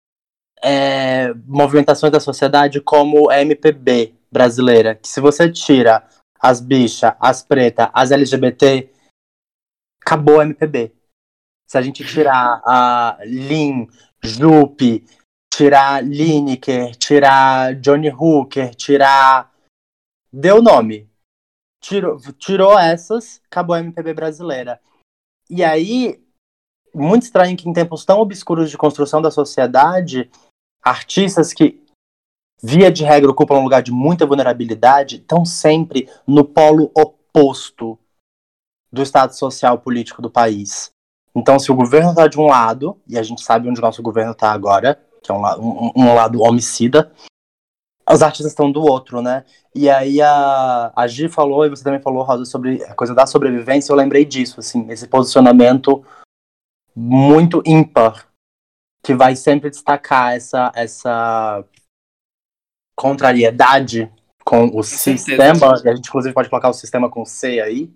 é, movimentações da sociedade como a M P B brasileira. Que se você tira as bichas, as pretas, as L G B T, acabou a M P B. Se a gente tirar a Lin, Jupe, tirar Lineker, tirar Johnny Hooker, tirar... Deu nome. Tirou, tirou essas, acabou a M P B brasileira. E aí, muito estranho que em tempos tão obscuros de construção da sociedade, artistas que, via de regra, ocupam um lugar de muita vulnerabilidade, estão sempre no polo oposto do estado social político do país. Então, se o governo está de um lado, e a gente sabe onde o nosso governo está agora, que é um, um, um lado homicida, os artistas estão do outro, né? E aí a, a Gi falou, e você também falou, Rosa, sobre a coisa da sobrevivência, eu lembrei disso, assim, esse posicionamento muito ímpar, que vai sempre destacar essa, essa contrariedade com o sistema, certeza. e a gente inclusive pode colocar o sistema com C aí.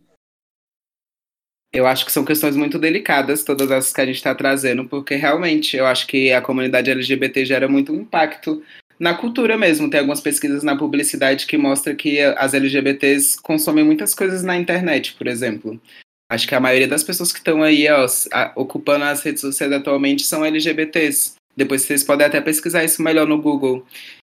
Eu acho que são questões muito delicadas, todas essas que a gente está trazendo, porque realmente eu acho que a comunidade L G B T gera muito impacto na cultura mesmo. Tem algumas pesquisas na publicidade que mostram que as L G B Ts consomem muitas coisas na internet, por exemplo. Acho que a maioria das pessoas que estão aí ó, ocupando as redes sociais atualmente são L G B Ts. Depois vocês podem até pesquisar isso melhor no Google.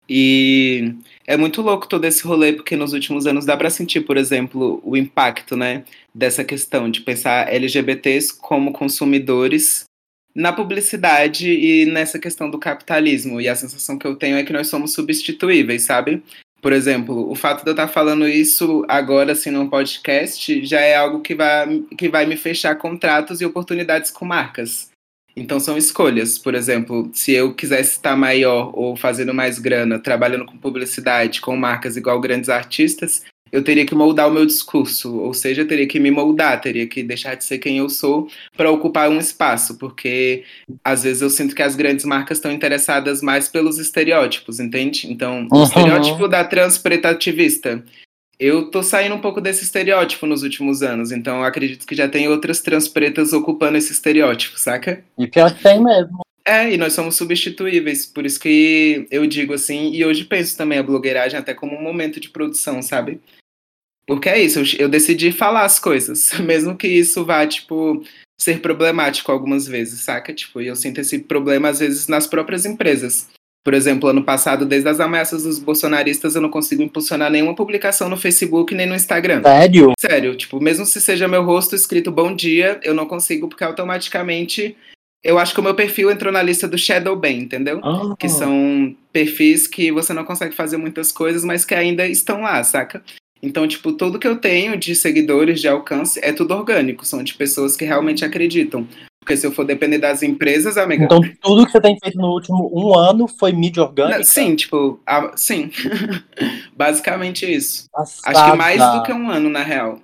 E é muito louco todo esse rolê, porque nos últimos anos dá para sentir, por exemplo, o impacto, né, dessa questão de pensar L G B Ts como consumidores na publicidade e nessa questão do capitalismo. E a sensação que eu tenho é que nós somos substituíveis, sabe? Por exemplo, o fato de eu estar falando isso agora, assim, num podcast, já é algo que vai, que vai me fechar contratos e oportunidades com marcas. Então são escolhas. Por exemplo, se eu quisesse estar maior ou fazendo mais grana, trabalhando com publicidade, com marcas igual grandes artistas, eu teria que moldar o meu discurso, ou seja, eu teria que me moldar, teria que deixar de ser quem eu sou para ocupar um espaço, porque às vezes eu sinto que as grandes marcas estão interessadas mais pelos estereótipos, entende? Então, o Uhum. estereótipo da trans preta ativista, eu tô saindo um pouco desse estereótipo nos últimos anos, então eu acredito que já tem outras trans pretas ocupando esse estereótipo, saca? E pior que tem mesmo. É, e nós somos substituíveis, por isso que eu digo assim, e hoje penso também a blogueiragem até como um momento de produção, sabe? Porque é isso, eu, eu decidi falar as coisas, mesmo que isso vá, tipo, ser problemático algumas vezes, saca? Tipo, e eu sinto esse problema, às vezes, nas próprias empresas. Por exemplo, ano passado, desde as ameaças dos bolsonaristas, eu não consigo impulsionar nenhuma publicação no Facebook nem no Instagram. Sério? Sério, tipo, mesmo se seja meu rosto escrito bom dia, eu não consigo, porque automaticamente eu acho que o meu perfil entrou na lista do Shadow Ban, entendeu? Oh. Que são perfis que você não consegue fazer muitas coisas, mas que ainda estão lá, saca? Então, tipo, tudo que eu tenho de seguidores, de alcance, é tudo orgânico. São de pessoas que realmente acreditam. Porque se eu for depender das empresas, amiga... Então, tudo que você tem feito no último um ano foi mídia orgânica? Não, sim, tipo, a, sim. Basicamente isso. Passada. Acho que mais do que um ano, na real.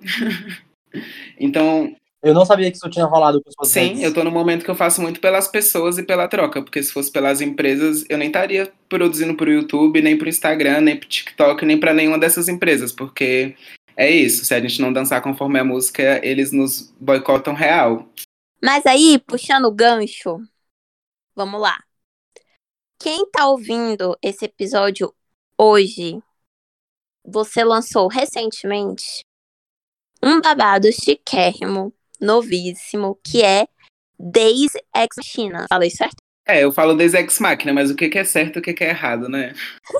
Então... Eu não sabia que isso tinha rolado com vocês. Sim, eu tô no momento que eu faço muito pelas pessoas e pela troca, porque se fosse pelas empresas, eu nem estaria produzindo pro YouTube, nem pro Instagram, nem pro TikTok, nem pra nenhuma dessas empresas, porque é isso, se a gente não dançar conforme a música, eles nos boicotam real. Mas aí, puxando o gancho, vamos lá. Quem tá ouvindo esse episódio hoje, você lançou recentemente um babado chiquérrimo, novíssimo, que é Deus Ex Machina. Falei certo? É, eu falo Deus Ex Machina, mas o que é certo e o que é errado, né?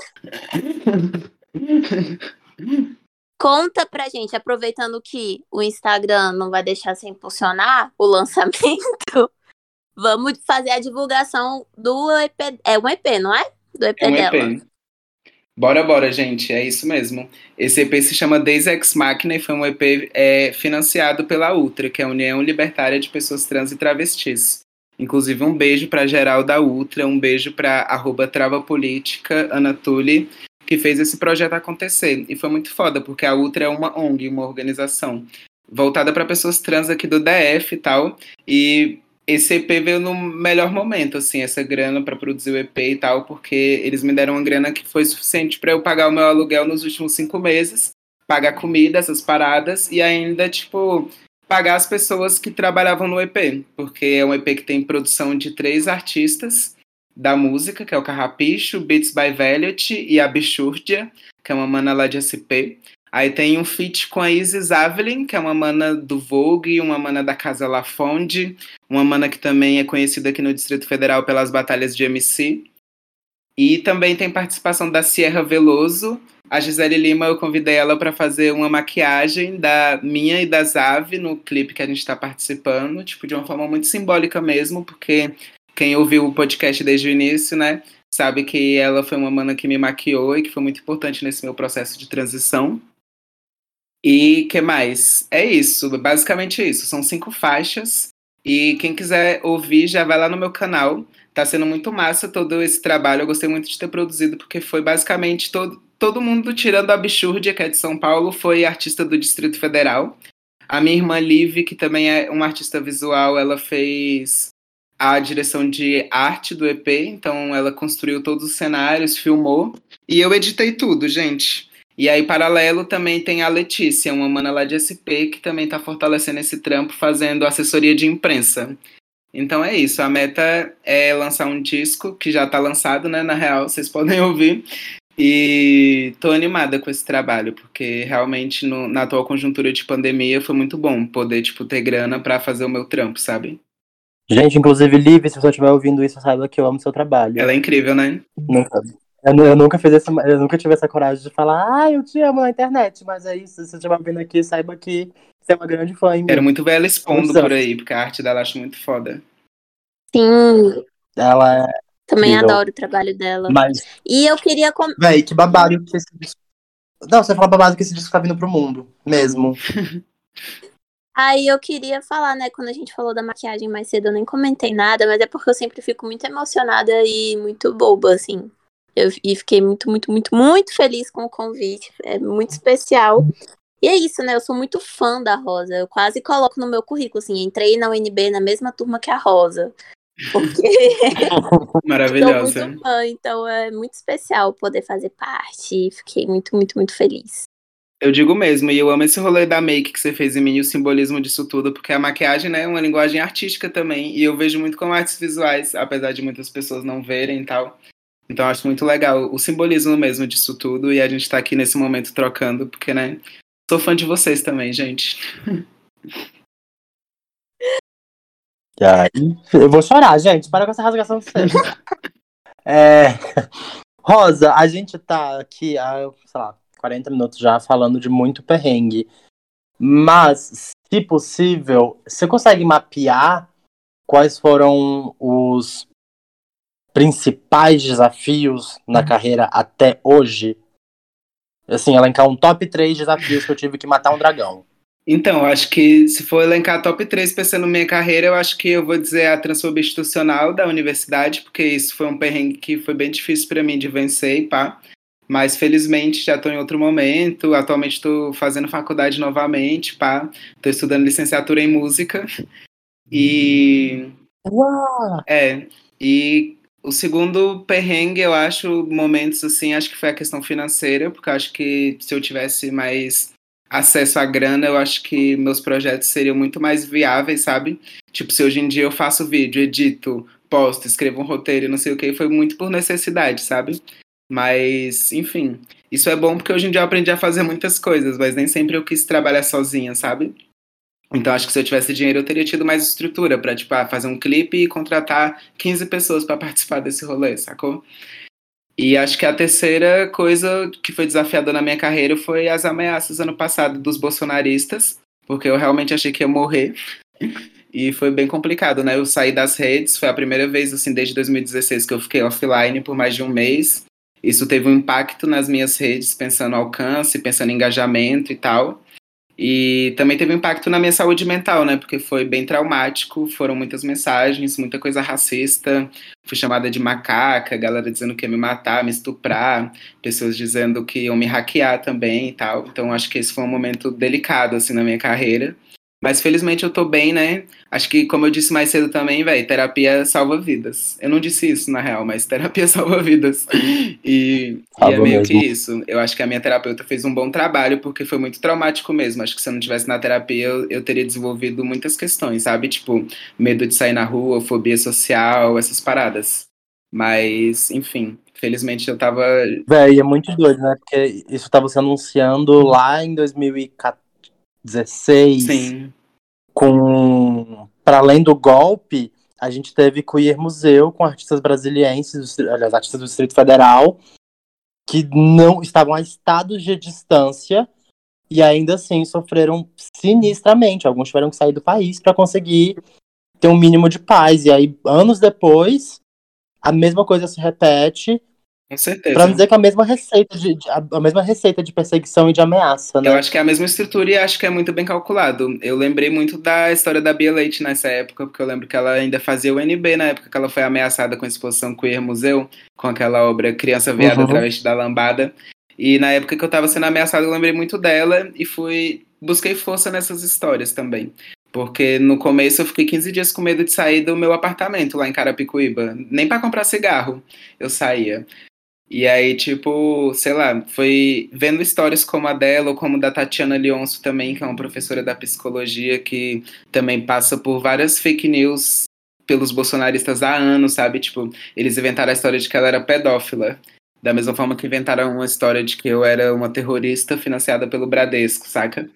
Conta pra gente, aproveitando que o Instagram não vai deixar sem impulsionar o lançamento, vamos fazer a divulgação do E P. É um E P, não é? Do E P é um dela. E P. Bora, bora, gente, é isso mesmo. Esse E P se chama Deus Ex Machina e foi um E P é, financiado pela Ultra, que é a União Libertária de Pessoas Trans e Travestis. Inclusive, um beijo pra geral da Ultra, um beijo pra arroba Trava Política, Ana Tulli, que fez esse projeto acontecer. E foi muito foda, porque a Ultra é uma O N G, uma organização voltada para pessoas trans aqui do D F e tal, e esse E P veio no melhor momento, assim, essa grana para produzir o E P e tal, porque eles me deram uma grana que foi suficiente para eu pagar o meu aluguel nos últimos cinco meses, pagar comida, essas paradas, e ainda, tipo, pagar as pessoas que trabalhavam no E P, porque é um E P que tem produção de três artistas da música, que é o Carrapicho, Beats by Velvet e a Bichurdia, que é uma mana lá de S P. Aí tem um feat com a Isis Avelin, que é uma mana do Vogue, uma mana da Casa Lafonde, uma mana que também é conhecida aqui no Distrito Federal pelas batalhas de M C. E também tem participação da Sierra Veloso. A Gisele Lima, eu convidei ela para fazer uma maquiagem da minha e da Zav no clipe que a gente está participando, tipo, de uma forma muito simbólica mesmo, porque quem ouviu o podcast desde o início, né, sabe que ela foi uma mana que me maquiou e que foi muito importante nesse meu processo de transição. E que mais? É isso, basicamente isso. São cinco faixas e quem quiser ouvir já vai lá no meu canal. Tá sendo muito massa todo esse trabalho. Eu gostei muito de ter produzido porque foi basicamente todo, todo mundo, tirando a Bichurdia, que é de São Paulo, foi artista do Distrito Federal. A minha irmã Liv, que também é uma artista visual, ela fez a direção de arte do E P, então ela construiu todos os cenários, filmou. E eu editei tudo, gente. E aí, paralelo, também tem a Letícia, uma mana lá de S P, que também está fortalecendo esse trampo, fazendo assessoria de imprensa. Então é isso, a meta é lançar um disco, que já está lançado, né, na real, vocês podem ouvir. E tô animada com esse trabalho, porque realmente no, na atual conjuntura de pandemia foi muito bom poder, tipo, ter grana para fazer o meu trampo, sabe? Gente, inclusive, Liv, se você estiver ouvindo isso, saiba que eu amo seu trabalho. Ela é incrível, né? Nunca. Eu, eu, nunca fiz esse, eu nunca tive essa coragem de falar, ah, eu te amo na internet, mas é isso, se você estiver ouvindo aqui, saiba que você é uma grande fã em mim. Quero muito ver ela expondo Exato. por aí, porque a arte dela eu acho muito foda. Sim, Ela é também incrível. adoro o trabalho dela. Mas, E eu queria. Com... véi, que babado que esse disco. Não, você fala babado que esse disco tá vindo pro mundo. Mesmo. Aí eu queria falar, né, quando a gente falou da maquiagem mais cedo, eu nem comentei nada, mas é porque eu sempre fico muito emocionada e muito boba, assim. Eu e fiquei muito, muito, muito, muito feliz com o convite. É muito especial. E é isso, né? Eu sou muito fã da Rosa. Eu quase coloco no meu currículo, assim, entrei na U N B na mesma turma que a Rosa. Porque sou Maravilhosa. muito fã, então é muito especial poder fazer parte. Fiquei muito, muito, muito feliz. Eu digo mesmo, e eu amo esse rolê da make que você fez em mim, e o simbolismo disso tudo, porque a maquiagem, né, é uma linguagem artística também, e eu vejo muito como artes visuais, apesar de muitas pessoas não verem e tal. Então eu acho muito legal o simbolismo mesmo disso tudo, e a gente tá aqui nesse momento trocando, porque, né, sou fã de vocês também, gente. E aí, eu vou chorar, gente. Para com essa rasgação de seda. É... Rosa, a gente tá aqui há, sei lá, quarenta minutos já falando de muito perrengue. Mas, se possível, você consegue mapear quais foram os principais desafios na carreira até hoje? Assim, elencar um top três desafios que eu tive que matar um dragão. Então, eu acho que se for elencar top três pensando na minha carreira, eu acho que eu vou dizer a transfobia institucional da universidade, porque isso foi um perrengue que foi bem difícil para mim de vencer e pá. Mas felizmente já estou em outro momento, atualmente estou fazendo faculdade novamente, pá. Estou estudando licenciatura em música. E. Uau! É. E o segundo perrengue, eu acho, momentos assim, acho que foi a questão financeira, porque eu acho que se eu tivesse mais acesso à grana, eu acho que meus projetos seriam muito mais viáveis, sabe? Tipo, se hoje em dia eu faço vídeo, edito, posto, escrevo um roteiro e não sei o que, foi muito por necessidade, sabe? Mas, enfim, isso é bom porque hoje em dia eu aprendi a fazer muitas coisas, mas nem sempre eu quis trabalhar sozinha, sabe? Então acho que se eu tivesse dinheiro eu teria tido mais estrutura pra, tipo, ah, fazer um clipe e contratar quinze pessoas pra participar desse rolê, sacou? E acho que a terceira coisa que foi desafiadora na minha carreira foi as ameaças ano passado dos bolsonaristas, porque eu realmente achei que ia morrer. E foi bem complicado, né? Eu saí das redes, foi a primeira vez, assim, desde dois mil e dezesseis que eu fiquei offline por mais de um mês. Isso teve um impacto nas minhas redes, pensando no alcance, pensando em engajamento e tal. E também teve um impacto na minha saúde mental, né? Porque foi bem traumático, foram muitas mensagens, muita coisa racista. Fui chamada de macaca, galera dizendo que ia me matar, me estuprar, pessoas dizendo que iam me hackear também e tal. Então acho que esse foi um momento delicado, assim, na minha carreira. Mas felizmente eu tô bem, né? Acho que, como eu disse mais cedo também, velho, terapia salva vidas. Eu não disse isso, na real, mas terapia salva vidas. E, e é Salva meio que mesmo. isso. Eu acho que a minha terapeuta fez um bom trabalho, porque foi muito traumático mesmo. Acho que se eu não tivesse na terapia, eu, eu teria desenvolvido muitas questões, sabe? Tipo, medo de sair na rua, fobia social, essas paradas. Mas, enfim, felizmente eu tava. Véi, é muito doido, né? Porque isso tava se anunciando lá em dois mil e dezesseis, Sim. com... Para além do golpe, a gente teve Queer Museu com artistas brasilienses, aliás, artistas do Distrito Federal, que não estavam a estados de distância e ainda assim sofreram sinistramente. Alguns tiveram que sair do país para conseguir ter um mínimo de paz. E aí, anos depois, a mesma coisa se repete. Com Pra certeza. não dizer que a mesma receita de, de- a a mesma receita de perseguição e de ameaça, Eu né? acho que é a mesma estrutura e acho que é muito bem calculado. Eu lembrei muito da história da Bia Leite nessa época, porque eu lembro que ela ainda fazia o N B na época que ela foi ameaçada com a exposição Queer Museu, com aquela obra Criança Viada Uhum. Travesti da Lambada. E na época que eu tava sendo ameaçada, eu lembrei muito dela e fui busquei força nessas histórias também. Porque no começo eu fiquei quinze dias com medo de sair do meu apartamento lá em Carapicuíba. Nem pra comprar cigarro eu saía. E aí, tipo, sei lá, foi vendo histórias como a dela, ou como da Tatiana Leonço também, que é uma professora da psicologia, que também passa por várias fake news pelos bolsonaristas há anos, sabe? Tipo, eles inventaram a história de que ela era pedófila. Da mesma forma que inventaram uma história de que eu era uma terrorista financiada pelo Bradesco, saca?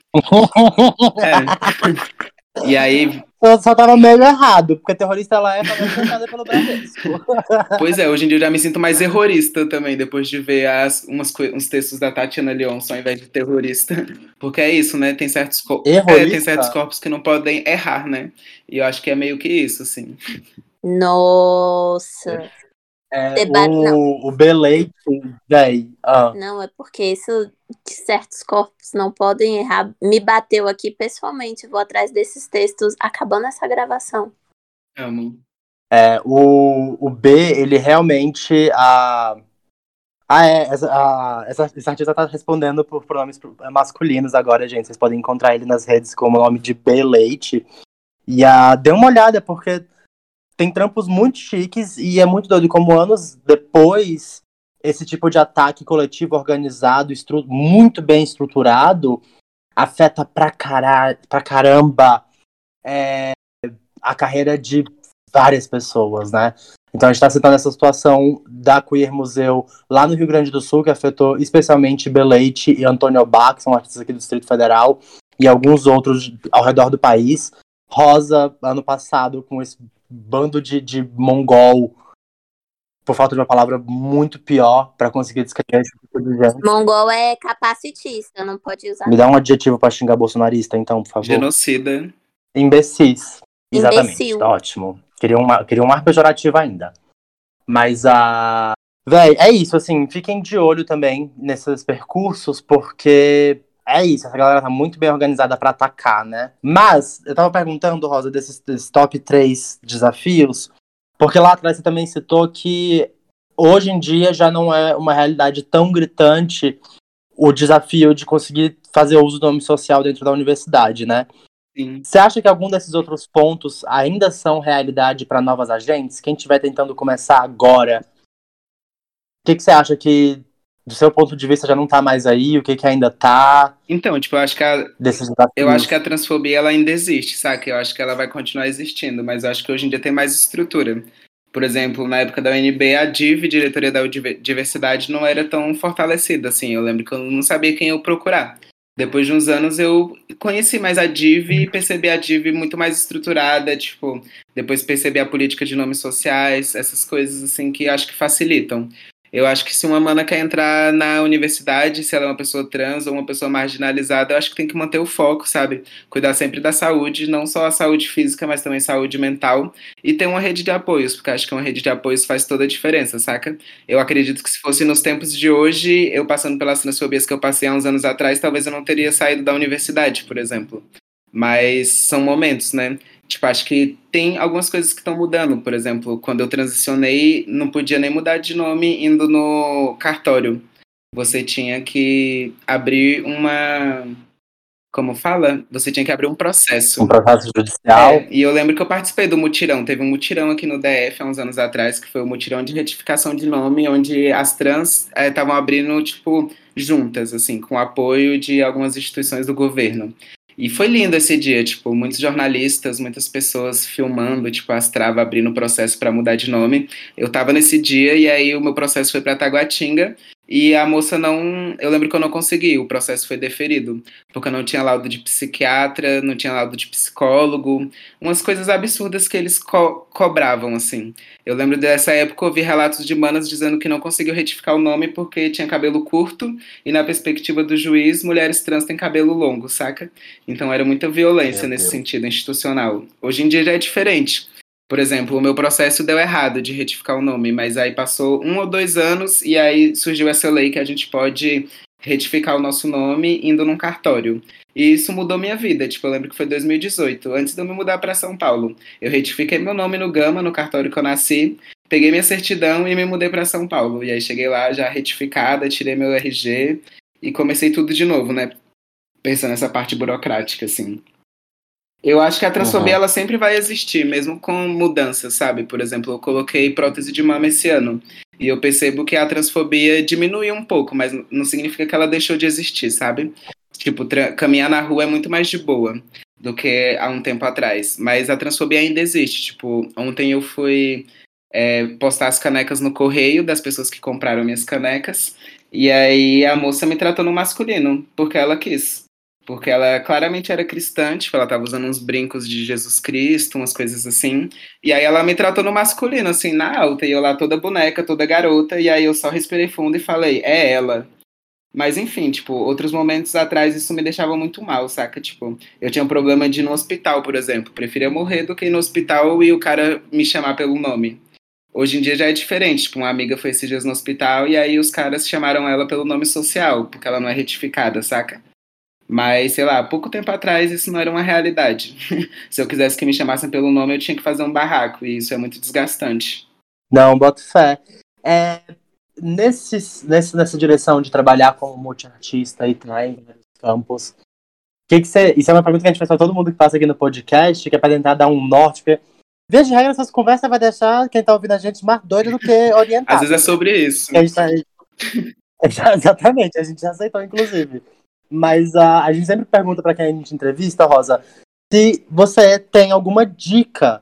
É. E aí, Eu só tava meio errado, porque terrorista ela é financiada pelo Bradesco. pois é, hoje em dia eu já me sinto mais terrorista também, depois de ver as, umas, coi- uns textos da Tatiana Leonço ao invés de terrorista. Porque é isso, né? Tem certos, co- é, tem certos Errorista? corpos que não podem errar, né? E eu acho que é meio que isso, assim. Nossa. É, Deba- Não, o, o Beleite, véi. Ah, não, é porque isso de certos corpos não podem errar. Me bateu aqui pessoalmente. Vou atrás desses textos acabando essa gravação. Amo. é, o, o B, ele realmente. A, ah, é. Essa, a, essa, esse artista tá respondendo por pronomes masculinos agora, gente. Vocês podem encontrar ele nas redes como o nome de Beleite. E a, dê uma olhada, porque tem trampos muito chiques e é muito doido como anos depois esse tipo de ataque coletivo organizado, estru- muito bem estruturado, afeta pra, cara- pra caramba é, a carreira de várias pessoas, né? Então a gente está citando essa situação da Queer Museu lá no Rio Grande do Sul, que afetou especialmente Beleite e Antônio Bach, que são artistas aqui do Distrito Federal, e alguns outros ao redor do país. Rosa, ano passado, com esse bando de, de mongol, por falta de uma palavra muito pior para conseguir descrever esse tipo de gente. Mongol é capacitista, não pode usar. Me dá um adjetivo para xingar bolsonarista, então, por favor. Genocida. Imbecis. Exatamente, Imbecil. tá ótimo. Queria um, queria um mar pejorativo ainda. Mas a. Véi, é isso, assim, fiquem de olho também nesses percursos, porque é isso, essa galera tá muito bem organizada pra atacar, né? Mas, eu tava perguntando, Rosa, desses, desses top três desafios, porque lá atrás você também citou que hoje em dia já não é uma realidade tão gritante o desafio de conseguir fazer uso do nome social dentro da universidade, né? Sim. Você acha que algum desses outros pontos ainda são realidade para novas agentes? Quem estiver tentando começar agora, o que, que você acha que, do seu ponto de vista, já não tá mais aí? O que, que ainda tá Então, tipo, eu acho que a, desses desafios? eu acho que a transfobia ela ainda existe, saca? Eu acho que ela vai continuar existindo, mas eu acho que hoje em dia tem mais estrutura. Por exemplo, na época da U N B, a D I V, Diretoria da Diversidade, não era tão fortalecida, assim. Eu lembro que eu não sabia quem eu procurar. Depois de uns anos eu conheci mais a D I V e percebi a D I V muito mais estruturada, tipo, depois percebi a política de nomes sociais, essas coisas assim que acho que facilitam. Eu acho que se uma mana quer entrar na universidade, se ela é uma pessoa trans ou uma pessoa marginalizada, eu acho que tem que manter o foco, sabe? Cuidar sempre da saúde, não só a saúde física, mas também saúde mental, e ter uma rede de apoios, porque acho que uma rede de apoios faz toda a diferença, saca? Eu acredito que se fosse nos tempos de hoje, eu passando pelas transfobias que eu passei há uns anos atrás, talvez eu não teria saído da universidade, por exemplo. Mas são momentos, né? Tipo, acho que tem algumas coisas que estão mudando. Por exemplo, quando eu transicionei, não podia nem mudar de nome indo no cartório. Você tinha que abrir uma... Como fala? Você tinha que abrir um processo. Um processo judicial? É, e eu lembro que eu participei do mutirão. Teve um mutirão aqui no D F há uns anos atrás, que foi o mutirão de retificação de nome, onde as trans estavam abrindo, tipo, juntas, assim, com o apoio de algumas instituições do governo. E foi lindo esse dia, tipo, muitos jornalistas, muitas pessoas filmando, tipo, as travas abrindo o processo para mudar de nome. Eu tava nesse dia e aí o meu processo foi para Taguatinga e a moça não... Eu lembro que eu não consegui, o processo foi deferido, porque eu não tinha laudo de psiquiatra, não tinha laudo de psicólogo, umas coisas absurdas que eles co- cobravam, assim. Eu lembro dessa época, eu ouvi relatos de manas dizendo que não conseguiu retificar o nome porque tinha cabelo curto e na perspectiva do juiz, mulheres trans têm cabelo longo, saca? Então era muita violência Meu nesse Deus. sentido institucional. Hoje em dia já é diferente. Por exemplo, o meu processo deu errado de retificar o nome, mas aí passou um ou dois anos e aí surgiu essa lei que a gente pode retificar o nosso nome indo num cartório. E isso mudou minha vida. Tipo, eu lembro que foi dois mil e dezoito, antes de eu me mudar para São Paulo. Eu retifiquei meu nome no Gama, no cartório que eu nasci, peguei minha certidão e me mudei para São Paulo. E aí cheguei lá já retificada, tirei meu R G e comecei tudo de novo, né? Pensando nessa parte burocrática, assim. Eu acho que a transfobia Uhum. ela sempre vai existir, mesmo com mudanças, sabe? Por exemplo, eu coloquei prótese de mama esse ano e eu percebo que a transfobia diminuiu um pouco, mas não significa que ela deixou de existir, sabe? Tipo, tra- caminhar na rua é muito mais de boa do que há um tempo atrás, mas a transfobia ainda existe. Tipo, ontem eu fui é, postar as canecas no correio das pessoas que compraram minhas canecas e aí a moça me tratou no masculino, porque ela quis. Porque ela claramente era cristã, tipo, ela tava usando uns brincos de Jesus Cristo, umas coisas assim. E aí ela me tratou no masculino, assim, na alta. E eu lá toda boneca, toda garota. E aí eu só respirei fundo e falei, é ela. Mas enfim, tipo, outros momentos atrás isso me deixava muito mal, saca? Tipo, eu tinha um problema de ir no hospital, por exemplo. Preferia morrer do que ir no hospital e o cara me chamar pelo nome. Hoje em dia já é diferente. Tipo, uma amiga foi esses dias no hospital e aí os caras chamaram ela pelo nome social, porque ela não é retificada, saca? Mas, sei lá, pouco tempo atrás isso não era uma realidade. Se eu quisesse que me chamassem pelo nome, eu tinha que fazer um barraco, e isso é muito desgastante. Não, boto fé. É, nesse, nesse, nessa direção de trabalhar como multiartista e tá em vários campos, que que você, isso é uma pergunta que a gente faz pra todo mundo que passa aqui no podcast, que é pra tentar dar um norte, porque, via de regra, essas conversas vai deixar quem tá ouvindo a gente mais doido do que orientado. Às vezes é sobre isso. A gente tá, exatamente, a gente já aceitou, inclusive. Mas uh, a gente sempre pergunta pra quem a gente entrevista, Rosa, se você tem alguma dica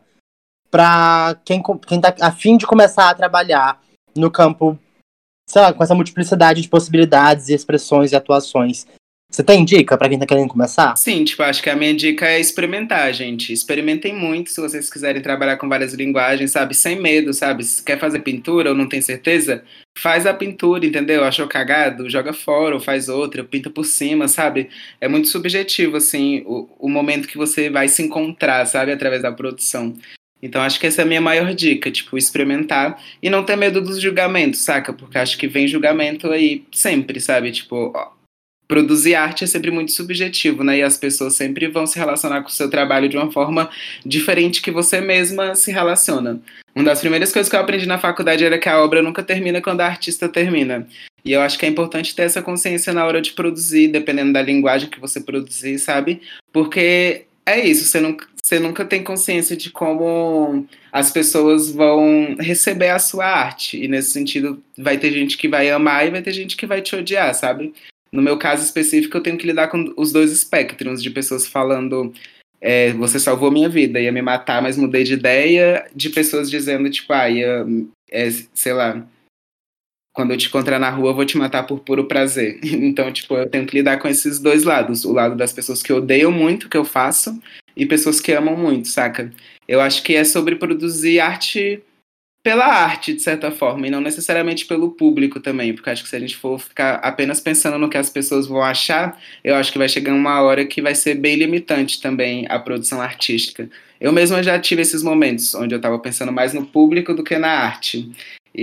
pra quem, quem tá a fim de começar a trabalhar no campo, sei lá, com essa multiplicidade de possibilidades e expressões e atuações. Você tem dica pra quem tá querendo começar? Sim, tipo, acho que a minha dica é experimentar, gente. Experimentem muito se vocês quiserem trabalhar com várias linguagens, sabe? Sem medo, sabe? Se quer fazer pintura ou não tem certeza, faz a pintura, entendeu? Achou cagado? Joga fora ou faz outra, pinta por cima, sabe? É muito subjetivo, assim, o, o momento que você vai se encontrar, sabe? Através da produção. Então acho que essa é a minha maior dica, tipo, experimentar e não ter medo dos julgamentos, saca? Porque acho que vem julgamento aí sempre, sabe? Tipo, ó, produzir arte é sempre muito subjetivo, né? E as pessoas sempre vão se relacionar com o seu trabalho de uma forma diferente que você mesma se relaciona. Uma das primeiras coisas que eu aprendi na faculdade era que a obra nunca termina quando a artista termina. E eu acho que é importante ter essa consciência na hora de produzir, dependendo da linguagem que você produzir, sabe? Porque é isso, você nunca, você nunca tem consciência de como as pessoas vão receber a sua arte. E nesse sentido, vai ter gente que vai amar e vai ter gente que vai te odiar, sabe? No meu caso específico, eu tenho que lidar com os dois espectros de pessoas falando é, você salvou minha vida, ia me matar, mas mudei de ideia, de pessoas dizendo, tipo, ah, ia, é, sei lá, quando eu te encontrar na rua, eu vou te matar por puro prazer. Então, tipo, eu tenho que lidar com esses dois lados. O lado das pessoas que odeiam muito o que eu faço e pessoas que amam muito, saca? Eu acho que é sobre produzir arte pela arte, de certa forma, e não necessariamente pelo público também, porque acho que se a gente for ficar apenas pensando no que as pessoas vão achar, eu acho que vai chegar uma hora que vai ser bem limitante também a produção artística. Eu mesma já tive esses momentos onde eu estava pensando mais no público do que na arte.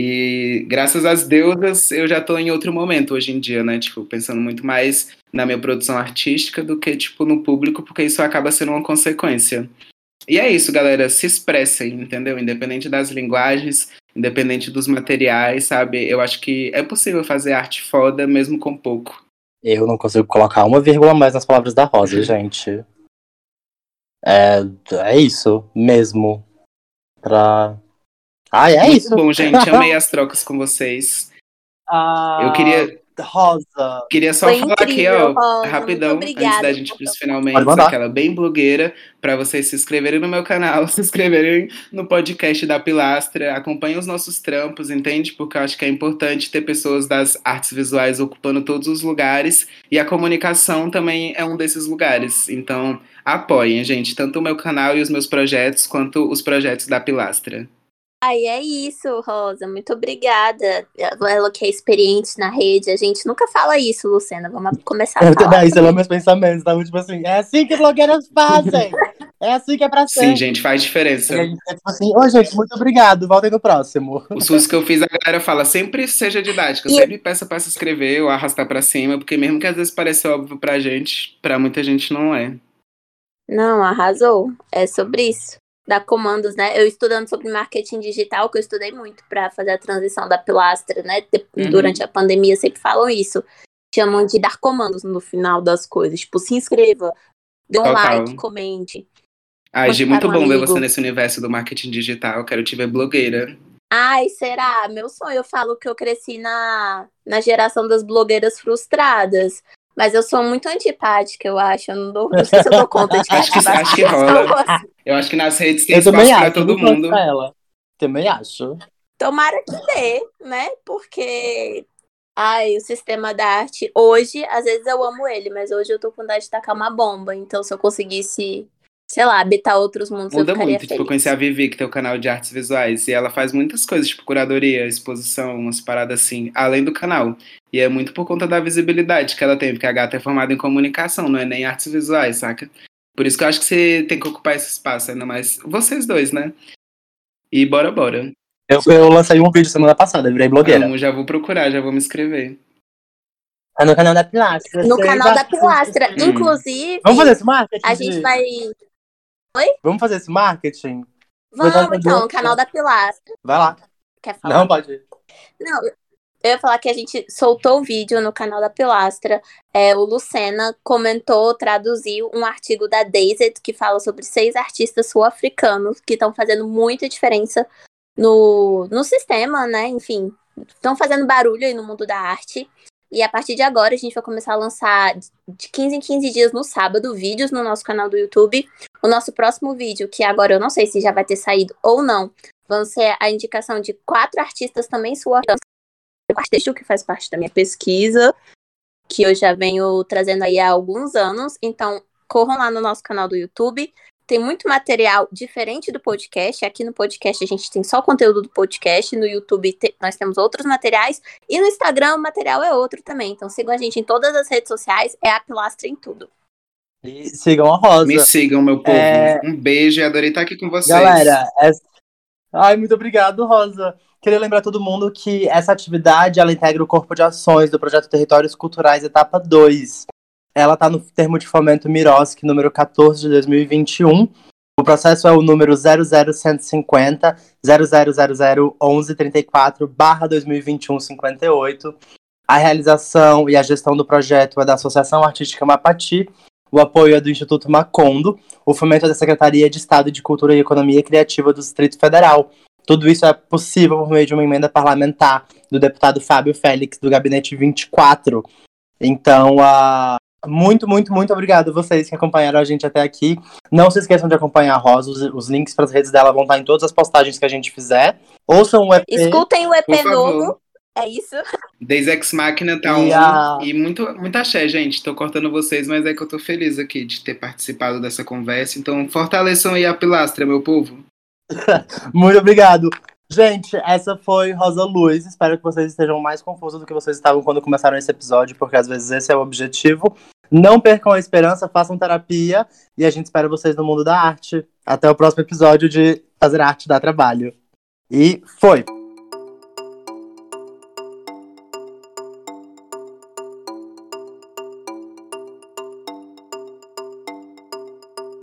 E graças às deusas eu já estou em outro momento hoje em dia, né? Tipo, pensando muito mais na minha produção artística do que, tipo, no público, porque isso acaba sendo uma consequência. E é isso, galera, se expressem, entendeu? Independente das linguagens, independente dos materiais, sabe? Eu acho que é possível fazer arte foda mesmo com pouco. Eu não consigo colocar uma vírgula a mais nas palavras da Rosa, gente. É, é isso mesmo. Pra... Ah, é Muito isso. bom, gente. Amei as trocas com vocês. Ah, Eu queria... Rosa. Queria só Foi falar incrível, aqui, ó, Rosa. rapidão, Muito antes da obrigada gente ir por pros sua Pode finalmente, mandar. aquela bem blogueira, para vocês se inscreverem no meu canal, se inscreverem no podcast da Pilastra, acompanhem os nossos trampos, entende? Porque eu acho que é importante ter pessoas das artes visuais ocupando todos os lugares, e a comunicação também é um desses lugares. Então, apoiem, gente, tanto o meu canal e os meus projetos, quanto os projetos da Pilastra. Ai, é isso, Rosa. Muito obrigada. Ela que é experiente na rede. A gente nunca fala isso, Lucena. Vamos começar a Eu, falar. não, isso é também. meus pensamentos, tá? Tipo assim, é assim que blogueiras fazem. É assim que é pra Sim, ser. gente, faz diferença. E a gente é tipo assim, ô gente, muito obrigado, voltem no próximo. Os cursos que eu fiz, a galera fala, sempre seja didática, E sempre peça pra se inscrever ou arrastar pra cima, porque mesmo que às vezes pareça óbvio pra gente, pra muita gente não é. não, arrasou. É sobre isso. Dar comandos, né? Eu estudando sobre marketing digital, que eu estudei muito para fazer a transição da Pilastra, né? Uhum. Durante a pandemia sempre falam isso. Chamam de dar comandos no final das coisas. Tipo, se inscreva, dê um Total. like, comente. Ai, Gi, Conte muito para um bom ver amigo. você nesse universo do marketing digital. Quero te ver blogueira. Ai, será? Meu sonho. Eu falo que eu cresci na, na geração das blogueiras frustradas. Mas eu sou muito antipática, eu acho. Eu não, dou, não sei se eu dou conta de Acho que, cativar acho as que rola. pessoas. Eu acho que nas redes tem Eu também espaço pra acho, todo não conto mundo. pra ela. Também acho. Tomara que dê, né? Porque, ai, o sistema da arte, hoje, às vezes eu amo ele, mas hoje eu tô com vontade de tacar uma bomba. Então, se eu conseguisse sei lá, habitar outros mundos, eu Muda ficaria muito. Tipo, eu feliz. conheci a Vivi, que tem o canal de artes visuais, e ela faz muitas coisas, tipo curadoria, exposição, umas paradas assim, além do canal. E é muito por conta da visibilidade que ela tem, porque a gata é formada em comunicação, não é nem artes visuais, saca? Por isso que eu acho que você tem que ocupar esse espaço, ainda mais vocês dois, né? E bora, bora. Eu, eu lancei um vídeo semana passada, virei blogueira. Amo, já vou procurar, já vou me inscrever. É no canal da Pilastra. No seis canal da artistas. Pilastra. Hum. Inclusive, Vamos fazer esse marketing? a gente de- vai. Vamos fazer esse marketing? Vamos então, no canal da Pilastra. Vai lá. Quer falar? Não, pode ir. Não, eu ia falar que a gente soltou o vídeo no canal da Pilastra. É, o Lucena comentou, traduziu um artigo da Dazed que fala sobre seis artistas sul-africanos que estão fazendo muita diferença no, no sistema, né? Enfim, estão fazendo barulho aí no mundo da arte. E a partir de agora a gente vai começar a lançar de quinze em quinze dias no sábado vídeos no nosso canal do YouTube. O nosso próximo vídeo, que agora eu não sei se já vai ter saído ou não, vão ser a indicação de quatro artistas também sul-africanos. Quarteto, que faz parte da minha pesquisa, que eu já venho trazendo aí há alguns anos. Então, corram lá no nosso canal do YouTube. Tem muito material diferente do podcast. Aqui no podcast a gente tem só conteúdo do podcast. No YouTube te- nós temos outros materiais. E no Instagram o material é outro também. Então sigam a gente em todas as redes sociais. É a Pilastra em tudo. E sigam a Rosa. Me sigam, meu povo. É- Um beijo e adorei estar aqui com vocês. Galera, essa... ai, muito obrigado, Rosa. Queria lembrar todo mundo que essa atividade, ela integra o corpo de ações do projeto Territórios Culturais, etapa dois. Ela está no termo de fomento Miroski, número quatorze de dois mil e vinte e um. O processo é o número zero zero um cinco zero, zero zero zero zero, onze trinta e quatro, barra dois mil e vinte e um, cinquenta e oito. A realização e a gestão do projeto é da Associação Artística Mapati. O apoio é do Instituto Macondo. O fomento é da Secretaria de Estado de Cultura e Economia Criativa do Distrito Federal. Tudo isso é possível por meio de uma emenda parlamentar do deputado Fábio Félix, do Gabinete vinte e quatro. Então, uh, muito, muito, muito obrigado a vocês que acompanharam a gente até aqui. Não se esqueçam de acompanhar a Rosa. Os, os links para as redes dela vão estar em todas as postagens que a gente fizer. Ouçam o E P. Escutem o E P Por favor. novo. É isso. Desde Ex Machina tá E on. a- E muito, muito axé, gente. Tô cortando vocês, mas é que eu tô feliz aqui de ter participado dessa conversa. Então, fortaleçam aí a Pilastra, meu povo. Muito obrigado. Gente, essa foi Rosa Luz. Espero que vocês estejam mais confusos do que vocês estavam quando começaram esse episódio, porque às vezes esse é o objetivo. Não percam a esperança, façam terapia e a gente espera vocês no mundo da arte. Até o próximo episódio de Fazer Arte Dá Trabalho. E foi!